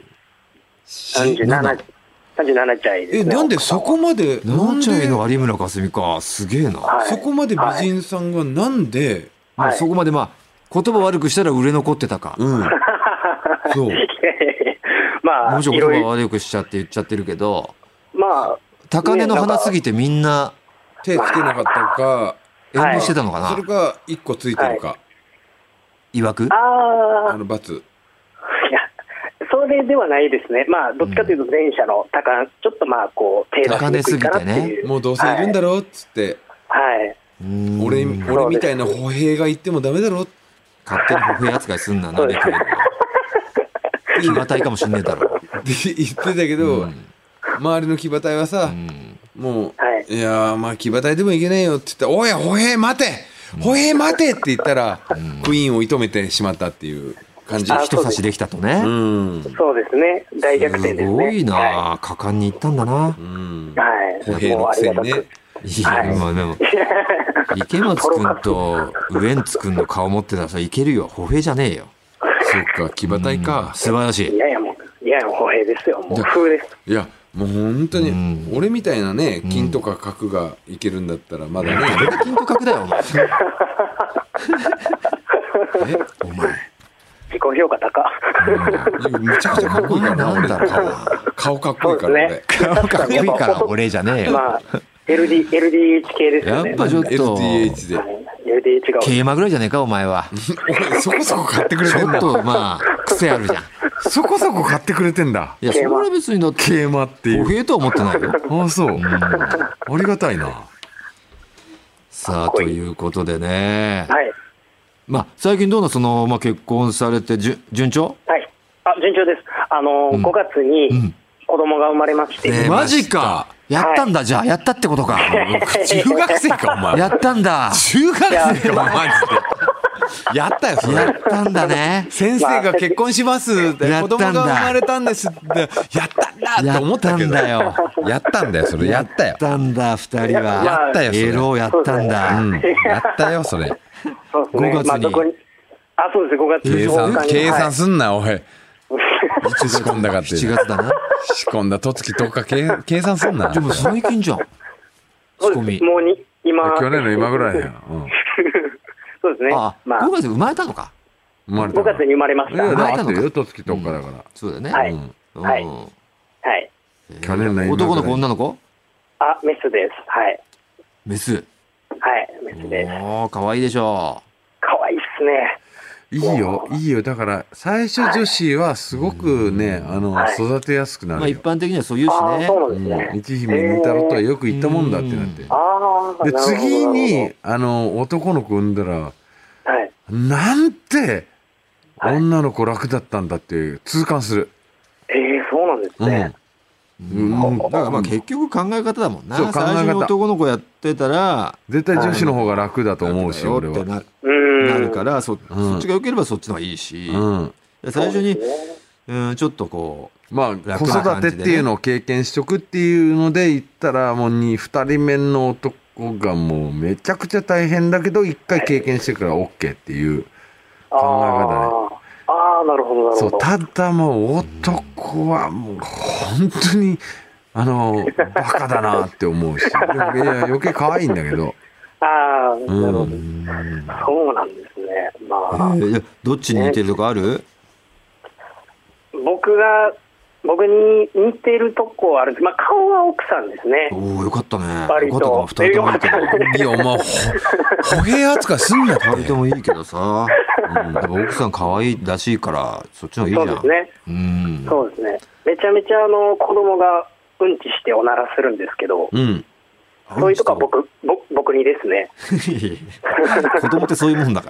歳ですね。 なんでそこまで、 7歳の有村架純か。すげえな。 そこまで美人さんがなんで、 そこまで言葉悪くしたら売れ残ってたか。そう。もちろん言葉悪くしちゃって言っちゃってるけど、高嶺の花すぎてみんな手つけなかったか、 遠慮してたのかな。 それか1個ついてるか。 曰く？ 罰。 いや、それではないですね。どっちかというと前者のちょっとこう手高値すぎてね。 もうどうせいるんだろうっつって。俺みたいな歩兵が言ってもダメだろ。 勝手に歩兵扱いすんな、鍋食えるの。騎馬隊かもしんねえだろ。 って言ってたけど、周りの騎馬隊はさ、もう、いや騎馬隊でもいけないよって言って、おい、歩兵待てって言ったら、クイーンを射止めてしまったっていう感じ。 人差しできたとね。 そうですね。大逆転ですね。 すごいな、果敢に行ったんだな。 歩兵のくせにね。 いや、でも池松くんとウエンツくんの顔持ってたらさ、いけるよ。歩兵じゃねえよ。 そっか、騎馬隊か。 素晴らしい。 いやもう歩兵ですよ。もう風です。 いや、もう本当に、俺みたいなね、金とか角がいけるんだったらまだね。 誰が金と角だよ、お前。お前。 自己評価高。 めちゃくちゃかっこいいからな、俺。顔かっこいいから俺。 顔かっこいいから俺じゃねえよ。 LDH 系ですよね。 やっぱちょっと LDH で。 LDH が。 桂馬ぐらいじゃねえか、お前は。 そこそこ買ってくれてんだ。 ちょっと癖あるじゃん。 そこそこ買ってくれてんだ。 いや、それは別にだって桂馬っていう。 歩兵とは思ってないよ。 そう。ありがたいな。 さあ、ということでね。最近どうな、結婚されて順調？ はい。順調です。5月に子供が生まれまして。 マジか。やったんだ、じゃあ。やったってことか。 中学生か、お前。 やったんだ。 中学生か、マジで。やったよ、それ。 やったんだね。 先生が結婚しますって、子供が生まれたんですって、やったんだって思ったけど。やったんだよ、それ。やったよ。 やったんだ、2人は。 やったよ、それ。 エロやったんだ。 やったよ、それ。 5 月に。 そうです。5月10日に。 計算すんな、おい。いつ仕込んだかって。 7月だな。 仕込んだとつき10日計算すんな。 でも最近じゃん。仕込み。 もう今。 去年の今ぐらいだよ。 そうですね。 5月生まれたのか。 5月に生まれました。 生まれたのか。よ、とつき10日だから。 そうだね。 はい。はい。 去年の男の子、女の子？ メスです。はい。 メス。 はい、メスです。 可愛いでしょ。 可愛いっすね。 いいよ。だから、最初女子はすごくね、育てやすくなるよ。 一般的にはそう言うしね。 そうなんですね。 一姫二太郎とはよく言ったもんだってなって。で、次に、男の子産んだら、なんて、女の子楽だったんだって痛感する。 そうなんですね。 だから結局考え方だもんな。最初に男の子やってたら絶対女子の方が楽だと思うし、俺はなるからそっちが良ければそっちの方がいいし、最初にちょっとこう子育てっていうのを経験しとくっていうので言ったら、もう2人目の男がもうめちゃくちゃ大変だけど1回経験してから OK っていう考え方ね。 なるほどなるほど。 そう、ただもう男はもう本当にバカだなって思うし、いや余計可愛いんだけど。 なるほど。そうなんですね。 どっちに似てるとかある？ 僕に似てるとこはあるんです。顔は奥さんですね。 よかったね。 割と。 2人ともいいけど。 いや、お前、歩兵扱いすんなって。 2人ともいいけどさ。奥さん可愛いらしいから、そっちの方がいいじゃん。 そうですね。そうですね。めちゃめちゃ子供がうんちしておならするんですけど、そういうとこは僕にですね。 子供ってそういうもんだから。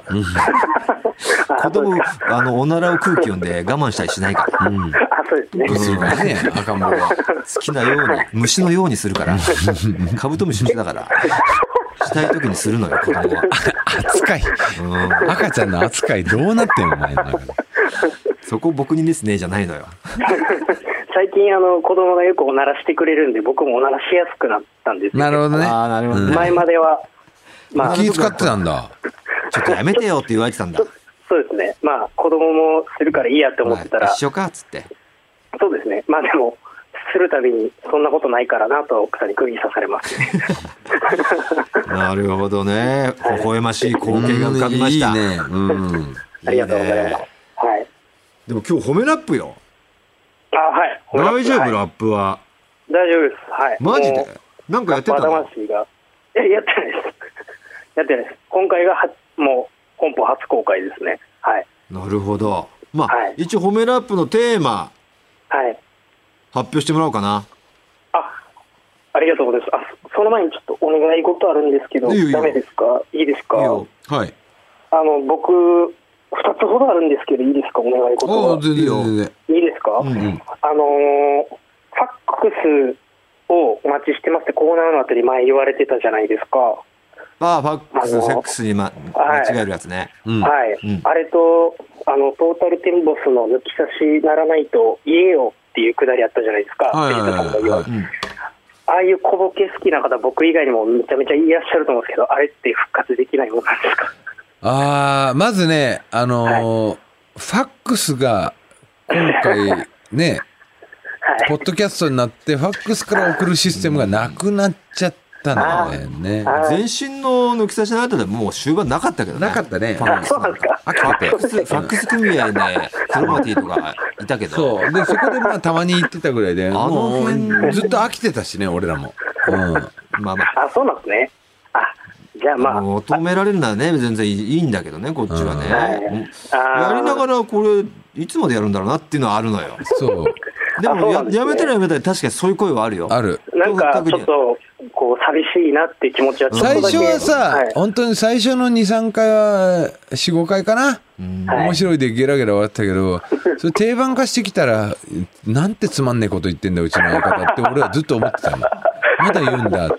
子供おならを空気読んで我慢したりしないから。 そうですね。 赤ん坊は好きなように虫のようにするから。カブトムシだから。したい時にするのよ、子供は。 扱い。赤ちゃんの扱いどうなってんのお前。 そこ僕にですねじゃないのよ。 最近子供がよくおならしてくれるんで、僕もおならしやすくなったんですよ。 なるほどね。 前までは気使ってたんだ。 ちょっとやめてよって言われてたんだ。 そうですね。子供もするからいいやって思ってたら、 一緒かっつって。 そうですね。でもするたびにそんなことないからなと奥さんに釘刺されます。 なるほどね。微笑ましい光景が浮かびました。 いいね。ありがとうございます。はい。 でも今日褒めラップよ。 はい。 大丈夫、ラップは。 大丈夫です。はい。 マジで？なんかやってたの？ 魂が。やってないです。やってないです。今回がもう本邦初公開ですね。はい。 なるほど。一応褒めラップのテーマ。 はい。 発表してもらおうかな。 ありがとうございます。その前にちょっとお願い事あるんですけど、ダメですか？いいですか？ はい。 僕2つほどあるんですけど、いいですか？お願い事は。 全然いいですか？ファックスをお待ちしてますってコーナーのあたり前言われてたじゃないですか。 ファックス、セックスに間違えるやつね。 はい。あれと、トータルテンボスの抜き差しならないと言えよっていうくだりあったじゃないですか。ああいう小ボケ好きな方、僕以外にもめちゃめちゃいらっしゃると思うんですけど、あれって復活できないものなんですか？ まずね、ファックスが今回ね、ポッドキャストになって、ファックスから送るシステムがなくなっちゃったんだよね。 前身の抜き差しの後でもう終盤なかったけどね。 なかったね。 そうなんですか。 ファックス組合ね、クロマティとかいたけど。 そう。で、そこでたまに行ってたぐらいで、もうずっと飽きてたしね、俺らも。 そうなんですね。じゃあ求められるならね、全然いいんだけどね、こっちはね。やりながらこれ、いつまでやるんだろうなっていうのはあるのよ。 そう。 でもやめたらやめたら確かにそういう声はあるよ。 ある。 なんかちょっと寂しいなって気持ちはちょっとだけ。 最初はさ、本当に最初の 2,3 回は4、5回かな。面白いでゲラゲラ終わったけど、それ定番化してきたらなんてつまんねえこと言ってんだうちの相方って俺はずっと思ってたの。まだ言うんだって。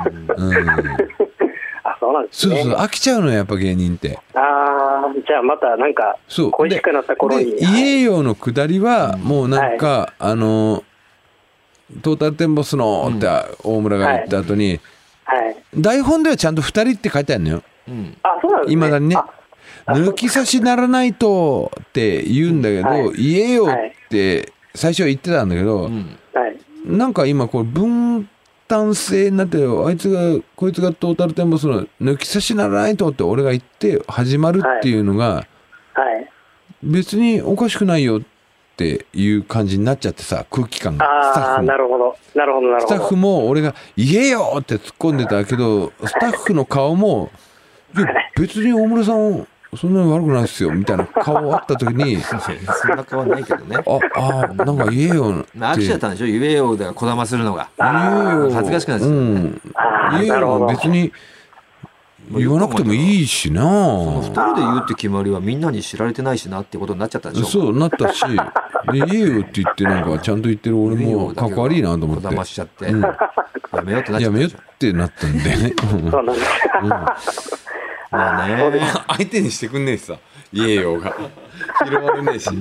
そうなんですね。 そう飽きちゃうのよやっぱ芸人って。 じゃあまたなんか恋しくなった頃に。 家用の下りはもうなんか、トータルテンボスのって大村が言った後に、台本ではちゃんと2人って書いてあるのよ。 そうなんですね。 いまだにね。 抜き差しならないとって言うんだけど、言えよって最初は言ってたんだけど、なんか今これ分担制になってこいつがトータルテンボスの抜き差しならないとって俺が言って始まるっていうのが、別におかしくないよっていう感じになっちゃってさ、空気感が。 なるほど。 スタッフも俺が言えよって突っ込んでたけど、スタッフの顔も、いや別に大村さんそんなに悪くないっすよみたいな顔あった時にそんな顔はないけどね。 なんか言えよって飽きちゃったんでしょ、言えよでこだまするのが。言えよ恥ずかしくないですよ、 言えよ別に言わなくてもいいしな。 2人で言うって決まりはみんなに知られてないしなってことになっちゃったでしょ。 そうなったし、言えよって言ってなんかちゃんと言ってる俺もかっこ悪いなと思って。 こだましちゃって、やめようってなっちゃった。 やめようってなったんでね。 そうなんですまあね、 相手にしてくんねえしさ、言えよが拾われねえし、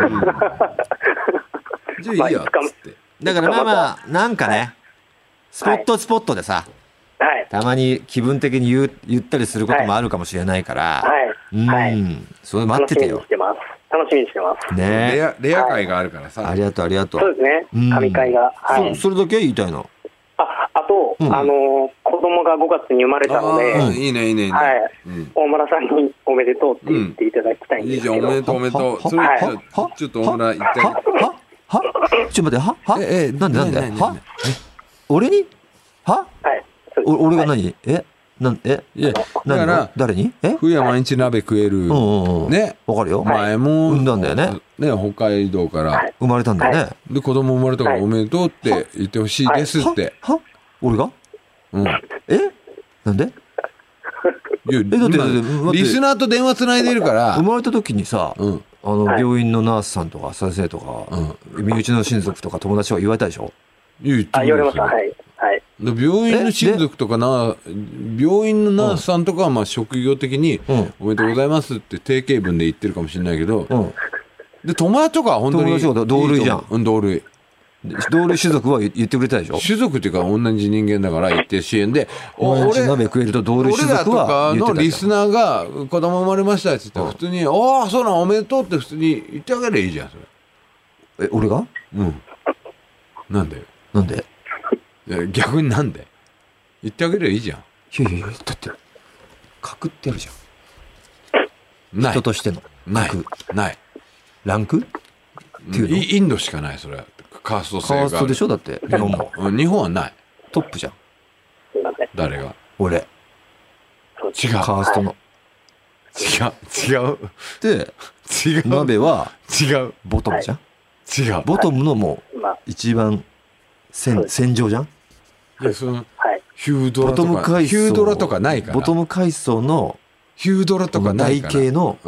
じゃあいいやっつって。 だからまあなんかね、スポットでさ、たまに気分的に言ったりすることもあるかもしれないから、それ待っててよ。 楽しみにしてます。 ね、 レア会があるからさ。 ありがとう。 そうですね。神会が。 それだけ言いたいの。 あと、子供が5月に生まれたので、 いいね。 大村さんにおめでとうって言っていただきたいんですけど。 いいじゃん、おめでとう。それちょっと大村言ってあげて。 ちょっと待って、なんで俺に俺が何いやだから誰に冬は毎日鍋食えるね、 わかるよ。 前も産んだんだよね。 北海道から生まれたんだよね。 で子供生まれたからおめでとうって言ってほしいですって。 俺がなんで？ いやだってリスナーと電話つないでるから。 生まれた時にさ、病院のナースさんとか先生とか身内の親族とか友達は言われたでしょ？ 言われました。 病院の親族とか病院のナースさんとかはまあ職業的におめでとうございますって定型文で言ってるかもしれないけど、で友達とかは本当に同類じゃん。 同類種族は言ってくれたでしょ。 種族っていうか同じ人間だから言って支援で、 俺鍋食えると同類種族は言ってた。 俺らとかのリスナーが子供生まれましたって言ったら普通にそうなのおめでとうって普通に言ってあげればいいじゃんそれ。 俺が？ なんで逆になんで言ってあげればいいじゃん。 いやだって格ってあるじゃん。 ない人としてのないランクっていうの？ インドしかないそれ。カースト制がある。 カーストでしょだって日本も。 日本はない。 トップじゃん。 誰が？ 俺。 違う。 カーストの。 違う。 で鍋はボトムじゃん。 違う。 ボトムのもう一番戦場じゃん。 いやそのヒュードラとかないから。 ボトム階層のヒュードラとかないから。 台形の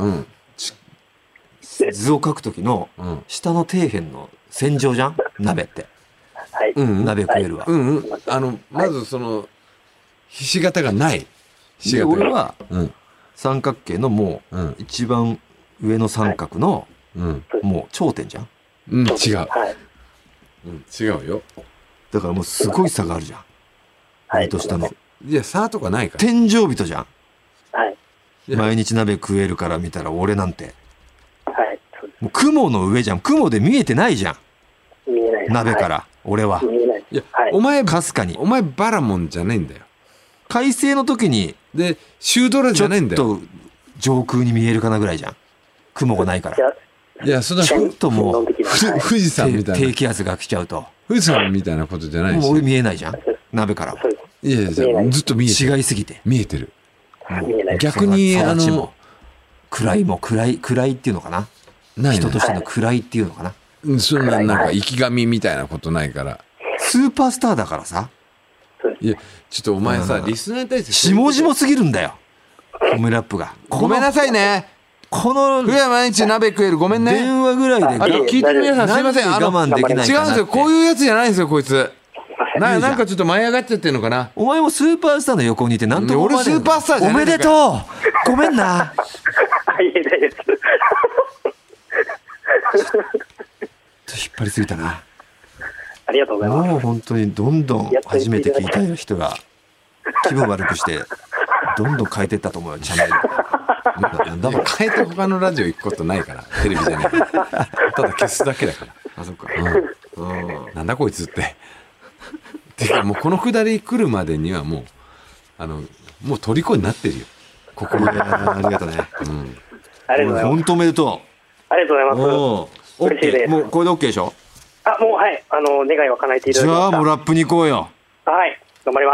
図を描く時の下の底辺の戦場じゃん鍋って。鍋食えるわ。 まずそのひし形がない。 俺は三角形のもう一番上の三角のもう頂点じゃん。 違うよ。 だからもうすごい差があるじゃん。上と下の。 いや差とかないから。 天井人じゃん。毎日鍋食えるから見たら俺なんて。もう雲の上じゃん。雲で見えてないじゃん。鍋から俺は。 いやお前かすかに。お前バラモンじゃないんだよ。 快晴の時にでシュードラじゃないんだよ。 ちょっと上空に見えるかなぐらいじゃん。雲がないから。 いやそんなちょっともう富士山みたいな低気圧が来ちゃうと富士山みたいなことじゃないし。 もう俺見えないじゃん鍋からは。 いやずっと見えてる。 違いすぎて見えてる。逆に暗いっていうのかな。人としての暗いっていうのかな。 そんななんか生き神みたいなことないから。 スーパースターだからさ。 いやちょっとお前さリスナーに対して下々すぎるんだよ褒めラップが。 ごめんなさいね。 この冬は毎日鍋食えるごめんね。 電話ぐらいで聞いてる皆さんすいません。 我慢できないかなって。 違うんですよこういうやつじゃないんですよこいつ。なんかちょっと舞い上がっちゃってるのかな。 お前もスーパースターの横にいてなんとも思わ俺スーパースターじゃない。 おめでとうごめんな。引っ張りすぎたな。 ありがとうございます。 もう本当にどんどん初めて聞いた人が気分悪くしてどんどん変えていったと思うよチャンネル。 だから変えて他のラジオ行くことないからテレビじゃないただ消すだけだからあ、そっか。 なんだこいつっててかもうこのくだり来るまでにはもうもう虜になってるよここに。 ありがとうね。 ありがとうございます。 本当おめでとありがとうございます。 う。 嬉しいです。 もうこれで OK でしょ。 もうはい、願いは叶えていただきました。 じゃあもうラップに行こうよ。 はい、頑張ります。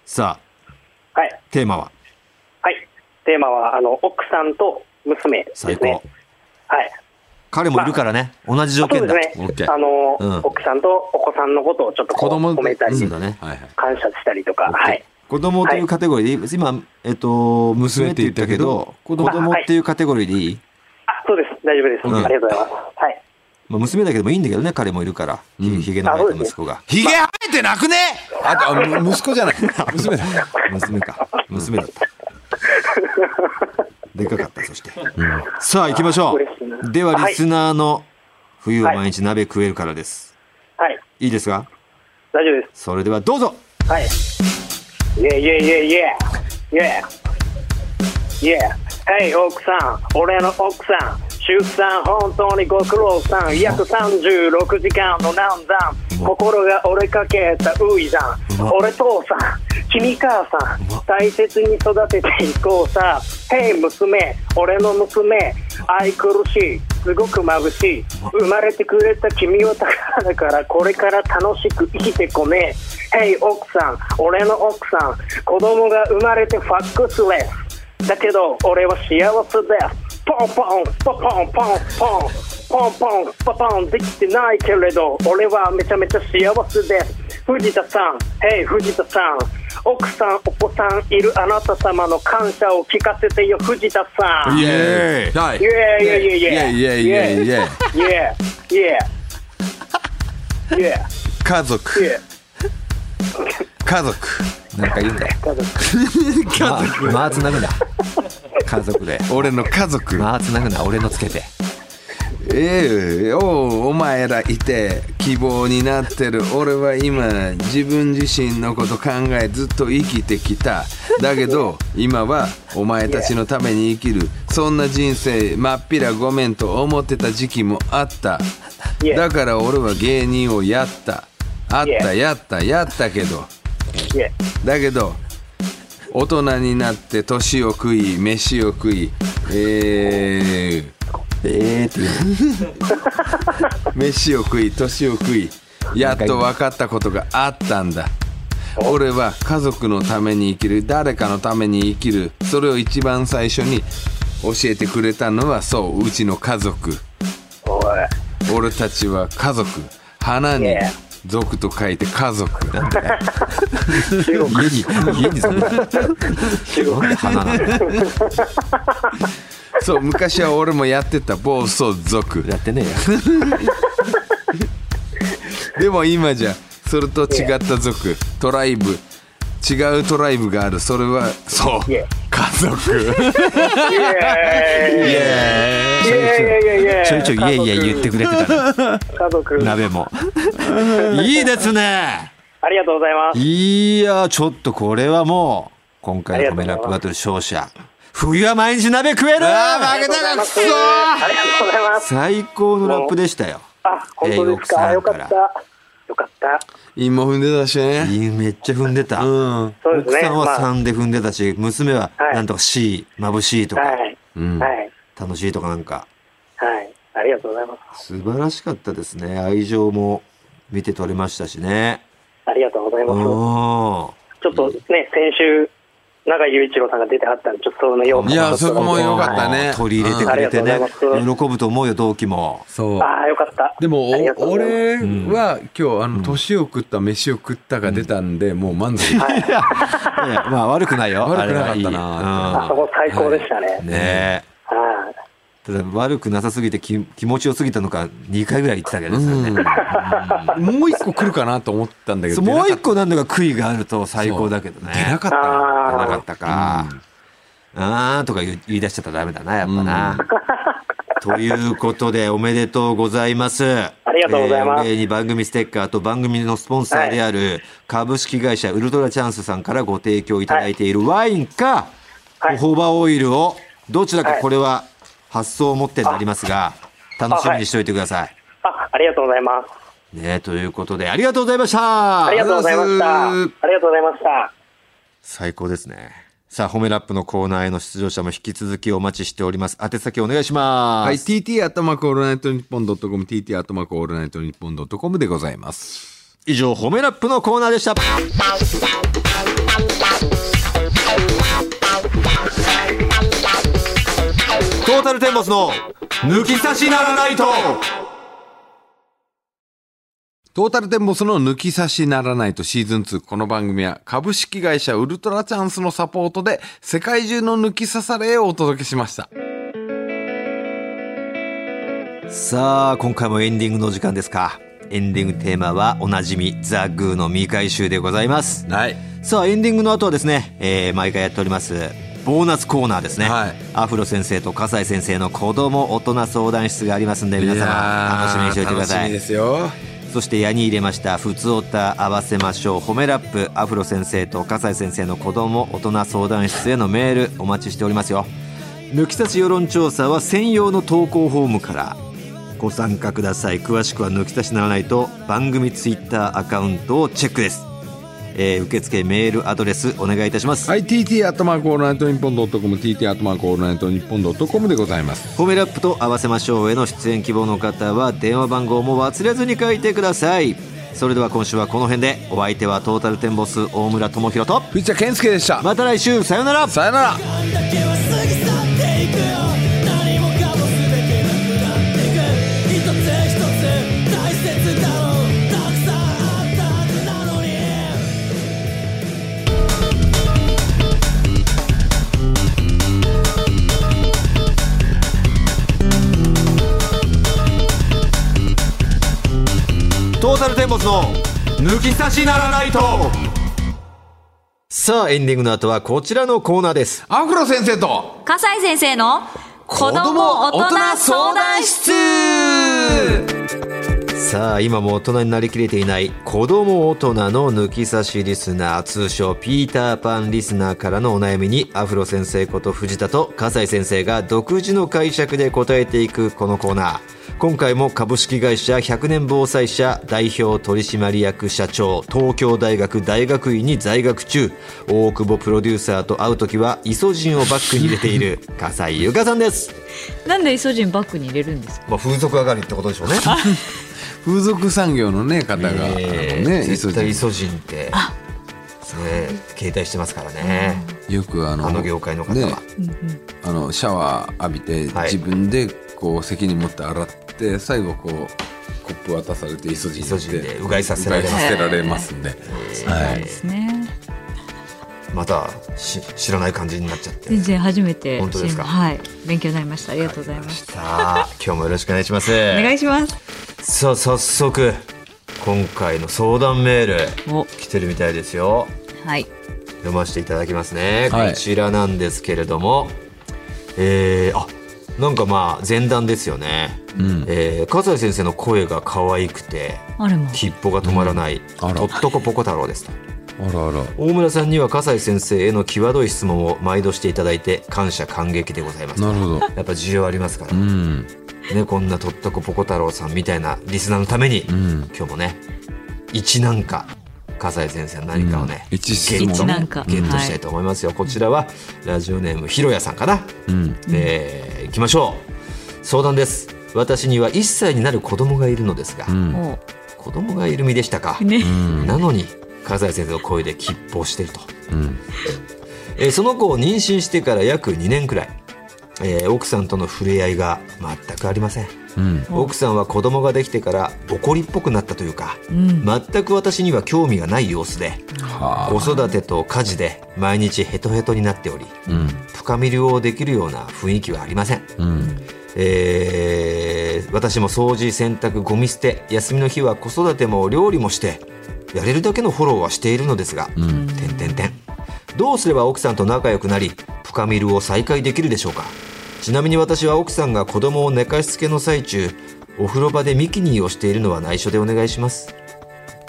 さあ、 はい。 テーマは。 はい。テーマは奥さんと娘ですね。 最高。 はい。 彼もいるからね。同じ条件だ。 そうですね。 OK。 奥さんとお子さんのことをちょっとこう褒めたり、 そうだね。 感謝したりとか。はい。 子供というカテゴリーで、今娘って言ったけど、子供っていうカテゴリーでいい？ そうです。大丈夫です。ありがとうございます。はい。 まあ娘だけでもいいんだけどね、彼もいるから。ひげの生えた息子が。 ひげ生えてなくね？息子じゃない。娘だ。 娘か。娘だった。でかかった、そして。さあ行きましょう。ではリスナーの冬は毎日鍋食えるからです。 はい。 いいですか？ 大丈夫です。 それではどうぞ。 はい。イェイイェイイェイイェイイェイイェイ。Hey 奥さん、俺の奥さん、出産本当にご苦労さん、約36時間の難産、心が折れかけたウイザン、俺父さん、君母さん、大切に育てていこうさ。Hey 娘、俺の娘、愛くるしい、すごく眩しい、生まれてくれた君は宝だからこれから楽しく生きてこね。Hey 奥さん、俺の奥さん、子供が生まれてファックスレスだけど俺は幸せです。ポンポンポンポンポンポンポンポンポンポンできてないけれど俺はめちゃめちゃ幸せです。藤田さん、Hey 藤田さん、奥さんお子さんいるあなた様の感謝を聞かせてよ藤田さん。 イエーイイエーイイエーイイエーイイエーイイエーイイエーイイエーイイエーイ家族なんか言うんだよ。まあつなぐな。家族で。 俺の家族。 まあつなぐな。俺のつけて。 お前らいて希望になってる。俺は今自分自身のこと考えずっと生きてきた。だけど今はお前たちのために生きる。そんな人生まっぴらごめんと思ってた時期もあった。だから俺は芸人をやった。やったけどだけど大人になって年を食い飯を食い飯を食い年を食いやっと分かったことがあったんだ。俺は家族のために生きる。誰かのために生きる。それを一番最初に教えてくれたのはそううちの家族。俺たちは家族。花に族と書いて家族。なんで家にそんな花なんだ。そう昔は俺もやってた暴走族。 やってねえよ。でも今じゃそれと違った族トライブ違うトライブがある。それはそう家族。 ちょいちょいイエイ言ってくれてたな。 家族鍋もいいですね。 ありがとうございます。 いやちょっとこれはもう今回のコメラップバトル勝者冬は毎日鍋食える。負けたなくそ。 ありがとうございます。 最高のラップでしたよ。 本当ですか。よかったよかった。 韻も踏んでたしね。 めっちゃ踏んでた。奥さんは3で踏んでたし、娘はなんとか C 眩しいとか、楽しいとかなんか。 はい、ありがとうございます。 素晴らしかったですね。愛情も見て取れましたしね。 ありがとうございます。ちょっとね先週永井雄一郎さんが出てはったんでちょっとその様子。 いやそこも良かったね。 取り入れてくれてね。喜ぶと思うよ同期も。 そう。 よかった。 でも俺は今日年を食った飯を食ったが出たんでもう満足。 まあ悪くないよ。 悪くなかったな。 そこ最高でしたね。 ね。ただ悪くなさすぎて気持ちよすぎたのか2回ぐらい言ってたけどね。 もう一個来るかなと思ったんだけどもう一個なんだか悔いがあると最高だけどね。 出なかった出なかったか。とか言い出しちゃったらダメだなやっぱな。ということでおめでとうございます。 ありがとうございます。 お礼に番組ステッカーと番組のスポンサーである株式会社ウルトラチャンスさんからご提供いただいているワインかホホバオイルをどちらかこれは発送を持ってになりますが、楽しみにしておいてください。 ありがとうございます。 ね、ということでありがとうございました。 ありがとうございました。ありがとうございました。 最高ですね。さあ、褒めラップのコーナーへの出場者も引き続きお待ちしております。宛先お願いします。 はい、TT アットマークオールナイトニッポンドットコム、TT アットマークオールナイトニッポンドットコムでございます。 以上、褒めラップのコーナーでした。トータルテンボスの抜き差しならないと。 トータルテンボスの抜き差しならないとシーズン2。この番組は株式会社ウルトラチャンスのサポートで世界中の抜き差されをお届けしました。 さあ、今回もエンディングの時間ですか。エンディングテーマはおなじみザ・グーの未回収でございます。 はい。 さあ、エンディングの後はですね、毎回やっておりますボーナスコーナーですね、はい、アフロ先生と笠井先生の子供大人相談室がありますんで、皆様楽しみにしておいてください。 楽しみですよ。 そして矢に入れましたふつおた合わせましょう褒めラップ、アフロ先生と笠井先生の子供大人相談室へのメールお待ちしておりますよ。抜き差し世論調査は専用の投稿フォームからご参加ください。詳しくは抜き差しならないと番組ツイッターアカウントをチェックです。受付メールアドレスお願いいたします。 はい、TT アットマークオールナイトニッポンドットコム、TT アットマークオールナイトニッポンドットコムでございます。 褒めラップと合わせましょうへの出演希望の方は電話番号も忘れずに書いてください。それでは今週はこの辺で。お相手はトータルテンボス大村智広と藤田健介でした。 また来週、さよなら。 さよなら。 トータルテンボスの抜き差しならないと。さあ、エンディングの後はこちらのコーナーです。 アフロ先生と笠井先生の子供大人相談室。 さあ、今も大人になりきれていない子供大人の抜き差しリスナー、通称ピーターパンリスナーからのお悩みにアフロ先生こと藤田と笠井先生が独自の解釈で答えていくこのコーナー。今回も株式会社100年防災社代表取締役社長、東京大学大学院に在学中、大久保プロデューサーと会うときはイソジンをバッグに入れている笠井由香さんです。 なんでイソジンバッグに入れるんですか。 風俗上がりってことでしょうね。 風俗産業の、ね、方が、 絶対イソジンって携帯してますからね。 よく業界の方は、 シャワー浴びて、自分でこう責任持って洗って最後こうコップ渡されてイソジンでうがいさせられますんで、 そうですね。 また知らない感じになっちゃって。 全然初めて。 本当ですか。 はい、勉強になりました。ありがとうございました。 今日もよろしくお願いします。 お願いします。 さあ、早速今回の相談メール来てるみたいですよ。 はい、 読ませていただきますね。こちらなんですけれども、なんか前段ですよね。笠井先生の声が可愛くて吉報が止まらない、とっとこぽこ太郎ですと。大村さんには笠井先生への際どい質問を毎度していただいて感謝感激でございます。 なるほど。 やっぱ需要ありますから、こんなとっとこぽこ太郎さんみたいなリスナーのために、今日もね一難か笠井先生の何かをね、ゲットしたいと思いますよ。こちらはラジオネームひろやさんかな。いきましょう。相談です。私には1歳になる子供がいるのですが、子供がいる身でしたか、なのに笠井先生の声で吉報していると、その子を妊娠してから約2年くらい、奥さんとの触れ合いが全くありません。奥さんは子供ができてから怒りっぽくなったというか、全く私には興味がない様子で、子育てと家事で毎日ヘトヘトになっており、深みをできるような雰囲気はありません。私も掃除、洗濯、ゴミ捨て、休みの日は子育ても料理もしてやれるだけのフォローはしているのですが、どうすれば奥さんと仲良くなり深みを再開できるでしょうか。ちなみに私は奥さんが子供を寝かしつけの最中、お風呂場でミキニーをしているのは内緒でお願いします。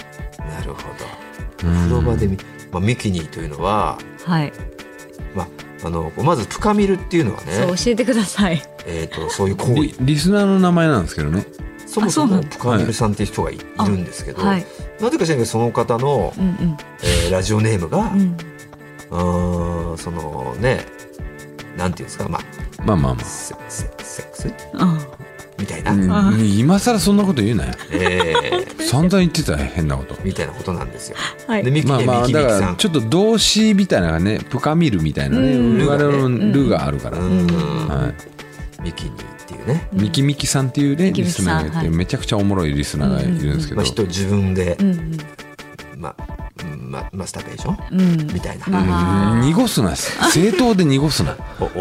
なるほど。お風呂場でミキニーというのは、 まずプカミルっていうのはね、 そう教えてください。 そういう行為、 リスナーの名前なんですけどね。 そもそもプカミルさんっていう人がいるんですけど、なぜか知らないけどその方の、ラジオネームが、そのね、なんていうんですか、まあセックス、みたいな、 今更そんなこと言うなよ。散々言ってた変なことみたいなことなんですよ。 でミキだからちょっと動詞みたいなのがね、プカミルみたいなね、我々のルがあるから、 ミキニっていうね、 ミキミキさんっていうねリスナーがいて、めちゃくちゃおもろいリスナーがいるんですけど、 人自分でマスターベーションみたいな、 濁すな、正当で濁すな、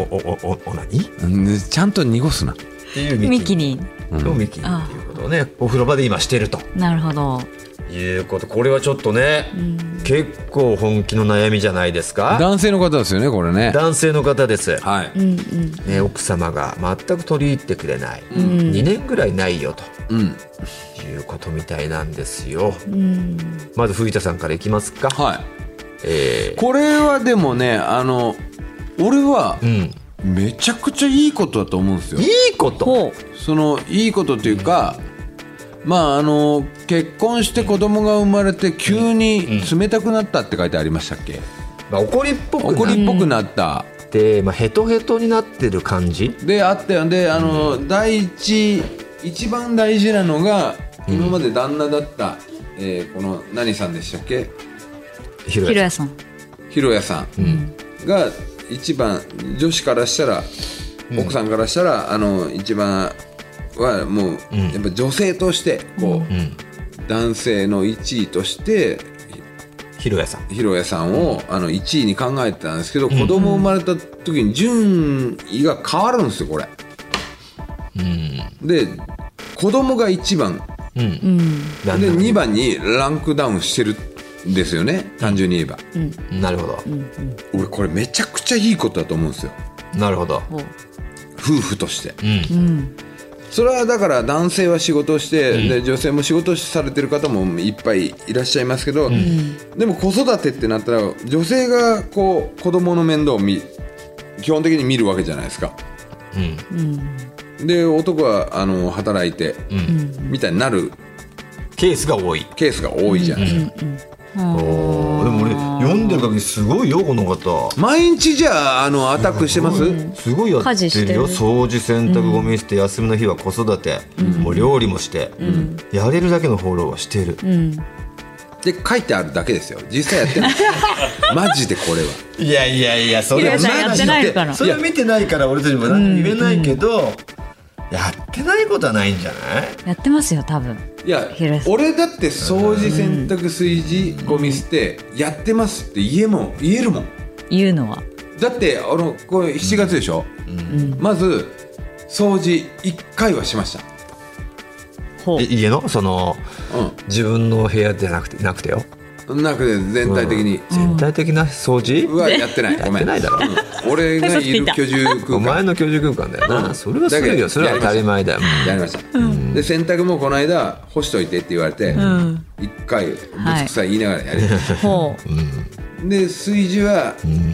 何ちゃんと濁すなっていうミキニとミキニっていうことをね、お風呂場で今してると。 なるほど。 いうこと、これはちょっとね、結構本気の悩みじゃないですか。 男性の方ですよね、これね。 男性の方です。 はい。 ね、奥様が全く取り入ってくれない、2年ぐらいないよと、いうことみたいなんですよ。まず藤田さんからいきますか。 はい。これはでもね、俺はめちゃくちゃいいことだと思うんですよ。 いいこと。 そのいいことというか。結婚して子供が生まれて急に冷たくなったって書いてありましたっけ。 怒りっぽくなったで、ヘトヘトになってる感じであったよ。で、一番大事なのが今まで旦那だった、この何さんでしたっけ、 ひろやさんが一番、女子からしたら、奥さんからしたら一番はもうやっぱ女性としてこう、男性の1位としてひろやさんを1位に考えてたんですけど、子供生まれた時に順位が変わるんですよこれ。で子供が1番、で2番にランクダウンしてるんですよね、単純に言えば。 なるほど。 俺これめちゃくちゃいいことだと思うんですよ。 なるほど。 夫婦として。それはだから男性は仕事をして、で女性も仕事されてる方もいっぱいいらっしゃいますけど、でも子育てってなったら女性がこう子供の面倒を基本的に見るわけじゃないですか。で男は働いて、みたいになるケースが多いじゃないですか。 でも俺読んでる限りすごいよこの方。 毎日じゃあアタックしてます。 すごいやってるよ。掃除洗濯ゴミして、休みの日は子育て、もう料理もして、やれるだけのフォローはしてる、 で書いてあるだけですよ。実際やってないマジでこれは。 いやそれはやってないから、 それは見てないから俺たちも何言えないけど、やってないことはないんじゃない。 やってますよ多分。 いや俺だって掃除洗濯炊事ゴミ捨てやってますって言えるもん。 言うのはだってこれ7月でしょ、まず掃除1回はしました。 家の自分の部屋じゃなくてよ。 全体的に、 全体的な掃除はやってない。ごめん。 やってないだろ、 俺がいる居住空間、 お前の居住空間だよな、それはするよ。それは当たり前だよ。 やりました、で洗濯もこの間干しといてって言われて、1回ぶつくさい言いながらやりました、で炊事は、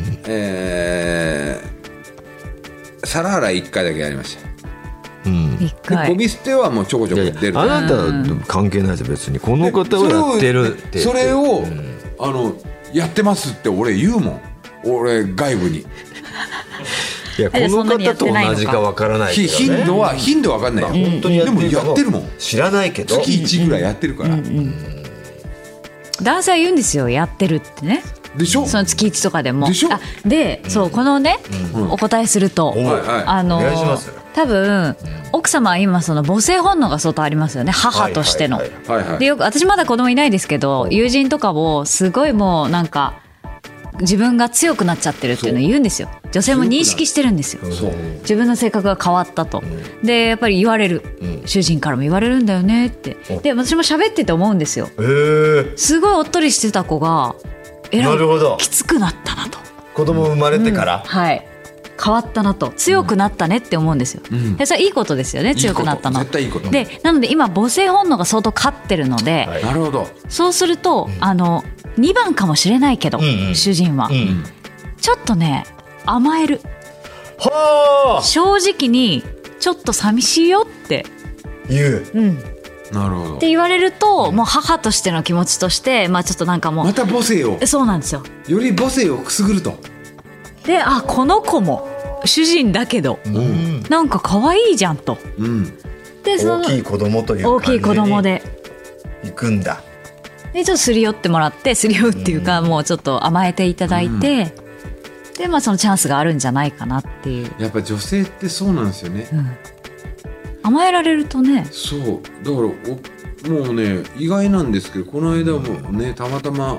皿洗い1回だけやりました。ゴミ捨てはもうちょこちょこ出る。 あなたは関係ないですよ別に。この方はやってるって。 それを、やってますって俺言うもん。俺外部に。 いやこの方と同じかわからないけどね。 頻度わかんないよ。 本当にやってる。 でもやってるもん。 知らないけど。 月1ぐらいやってるから。 男性は言うんですよ、やってるってね。 でしょ。 その月1とかでも。 でしょ。 そうこのね、お答えすると、 お願いします。 多分奥様は今その母性本能が相当ありますよね、母としての。でよく私まだ子供いないですけど、友人とかもすごいもうなんか自分が強くなっちゃってるっていうのを言うんですよ。女性も認識してるんですよ。自分の性格が変わったと。でやっぱり言われる、主人からも言われるんだよねって。で私も喋ってて思うんですよ。すごいおっとりしてた子がきつくなったなと。 子供生まれてから、 はい変わったなと、強くなったねって思うんですよ、でそれいいことですよね、強くなったの絶対いいことで。なので今母性本能が相当勝ってるので、 なるほど。 そうすると、2番かもしれないけど、主人は、ちょっとね甘える。 はあ。 正直にちょっと寂しいよって言う。 うん。 なるほど。 って言われると、もう母としての気持ちとして、まあちょっとなんかもうまた母性を。 そうなんですよ。 より母性をくすぐると。 で、あ、この子も主人だけど、なんか可愛いじゃんと。 うん。 で、 大きい子供という大きい子供で行くんだ。 でちょっとすり寄ってもらって、すり寄るっていうか、もうちょっと甘えていただいて、でまあそのチャンスがあるんじゃないかなっていう。 やっぱ女性ってそうなんですよね。 甘えられるとね。 そうだからもうね意外なんですけど、この間もねたまたま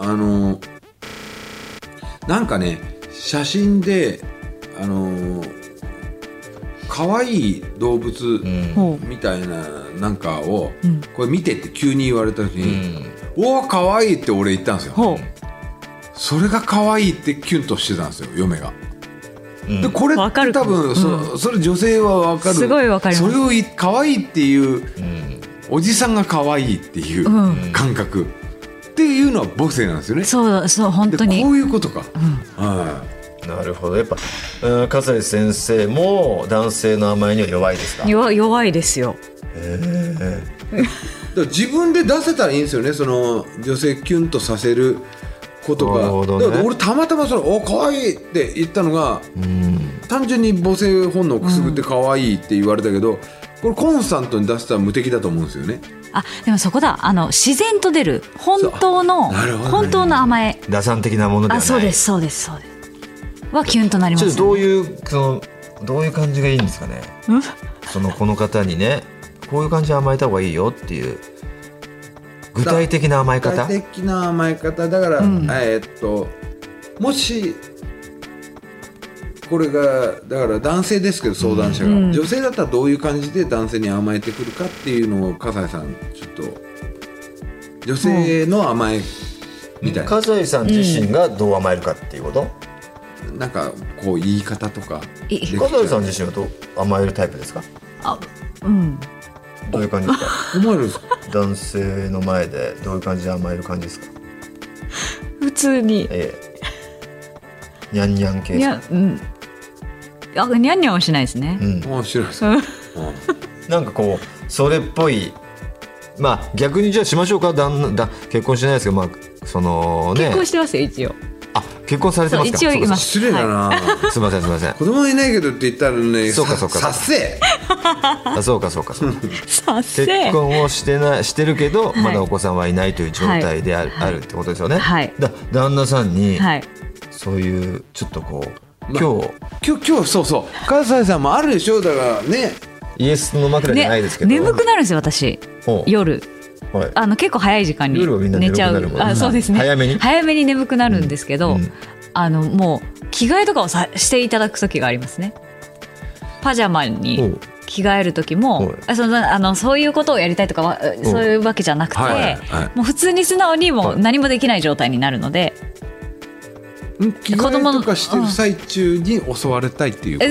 なんかね写真で可愛い動物みたいななんかをこれ見てって急に言われた時に、おお可愛いって俺言ったんですよ。それが可愛いってキュンとしてたんですよ、嫁が。でこれって多分それ女性は分かる。 すごい分かります。 それを可愛いっていうおじさんが可愛いっていう感覚っていうのは母性なんですよね。 そうそう、本当にこういうことか。 なるほど。やっぱ笠井先生も男性の甘えには弱いですか？ 弱いですよ。 だ自分で出せたらいいんですよね、その女性キュンとさせることが。だから俺たまたまお可愛いって言ったのが単純に母性本能をくすぐって可愛いって言われたけど、これコンスタントに出したら無敵だと思うんですよね。 あ、でもそこだ、自然と出る本当の、本当の甘え、 打算的なものではない。 そうですそうですそうです。はキュンとなります、ね。 ちょっとどういう感じがいいんですかね。この方にね、こういう感じで甘えた方がいいよっていう具体的な甘え方。 具体的な甘え方だから、もしこれがだから男性ですけど相談者が、女性だったらどういう感じで男性に甘えてくるかっていうのを笠井さんちょっと女性の甘えみたいな。 笠井さん自身がどう甘えるかっていうこと？ なんかこう言い方とか。 笠井さん自身はどう甘えるタイプですか？どういう感じですか？ 甘えるんですか？ 男性の前でどういう感じで甘える感じですか？ 普通に。 ニャンニャン系ですか？ ニャンニャンはしないですね。 しないですか？ なんかこうそれっぽい。まあ逆にじゃあしましょうか。結婚してないですけど、まあ結婚してますよ一応。 あ、結婚されてますか？ 一応います。 失礼だな。 すみませんすみません。 子供いないけどって言ったらね。 そうか。 さっせ。 そうか。結婚をしてるけど、まだお子さんはいないという状態であるってことですよね。旦那さんにそういうちょっとこう今日そう笠井さんもあるでしょ。だからね。 イエスの枕じゃないですけど、 眠くなるんですよ私夜。結構早い時間に寝ちゃう。そうですね。早めに眠くなるんですけど、もう着替えとかをしていただく時がありますね。パジャマに着替える時もそういうことをやりたいとかはそういうわけじゃなくて、もう普通に素直にもう何もできない状態になるので。 着替えとかしてる最中に襲われたいっていう。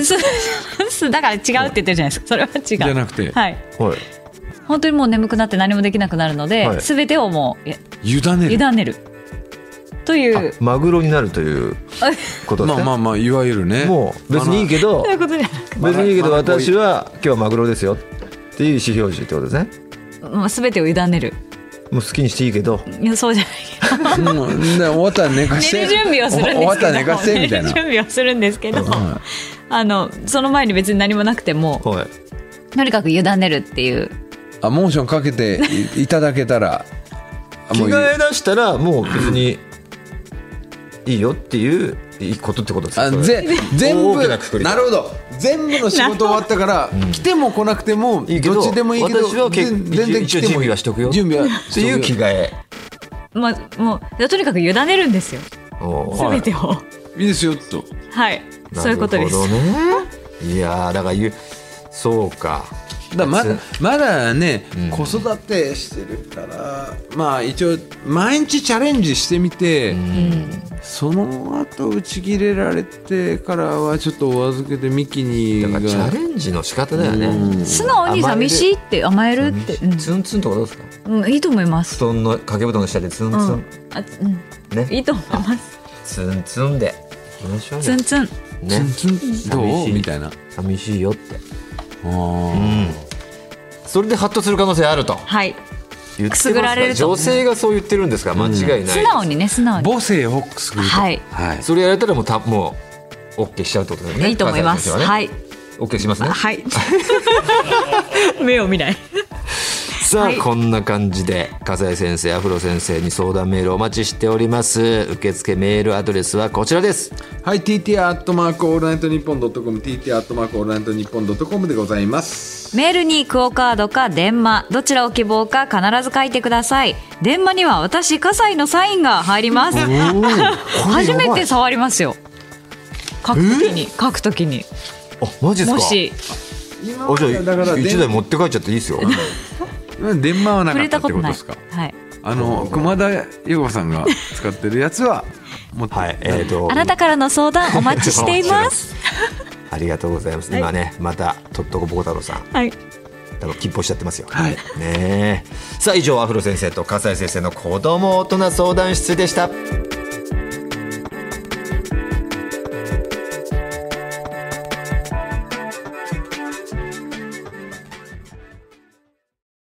だから違うって言ってるじゃないですか。それは違う。じゃなくて。 本当にもう眠くなって何もできなくなるので、全てをもう委ねるという。 マグロになるということですか？ まあいわゆるね。 もう別にいいけど私は今日はマグロですよっていう意思表示ってことですね。 もう全てを委ねる。 もう好きにしていいけど。 いやそうじゃないけど。 終わったら寝かして。 寝る準備をするんですけど。 終わったら寝かしてみたいな。 寝る準備をするんですけど、その前に別に何もなくても、とにかく委ねるっていう。 モーションかけていただけたら。 着替え出したらもう別にいいよっていうことってことですか？ 全部なるほど。全部の仕事終わったから来ても来なくてもどっちでもいいけど、 私は全然準備はしとくよっていう着替え。 もうとにかく委ねるんですよ。全てを。 いいですよと。 そういうことです。 なるほどね。いやだからそうか。 まだね、子育てしてるからまあ一応毎日チャレンジしてみて、その後打ち切れられてからはちょっとお預けでミキにだからチャレンジの仕方だよね。 素直に寂しいって甘えるってツンツンってことですか？ いいと思います。 掛け布団の下でツンツン、 いいと思います。 ツンツンでツンツンね、 どうみたいな、 寂しいよって。それでハッとする可能性あると。 はい。 くすぐられると。女性がそう言ってるんですから間違いない。 素直にね、素直に。 母性をくすぐると。 はい。 それやられたらもうOK しちゃうってことだよね。 いいと思います。はい。 OK しますね。 はい。目を見ない。 さあ、こんな感じで笠井先生、アフロ先生に相談メールお待ちしております。受付メールアドレスはこちらです。 はい、tt@allnightnippon.com、tt@allnightnippon.com でございます。 メールにクオカードか電話、どちらを希望か必ず書いてください。電話には私笠井のサインが入ります。初めて触りますよ。書くときに。 あ、マジですか。 もしじゃあ1台持って帰っちゃっていいですよ。 電話はなかったってことですか。 はい。 熊田優子さんが使ってるやつは持って、 あなたからの相談お待ちしています。 ありがとうございます。今ね、またとっとこぼこ太郎さん、 はい、 多分吉報しちゃってますよ。 はい。 ね。さあ、以上アフロ先生と笠井先生の子ども大人相談室でした。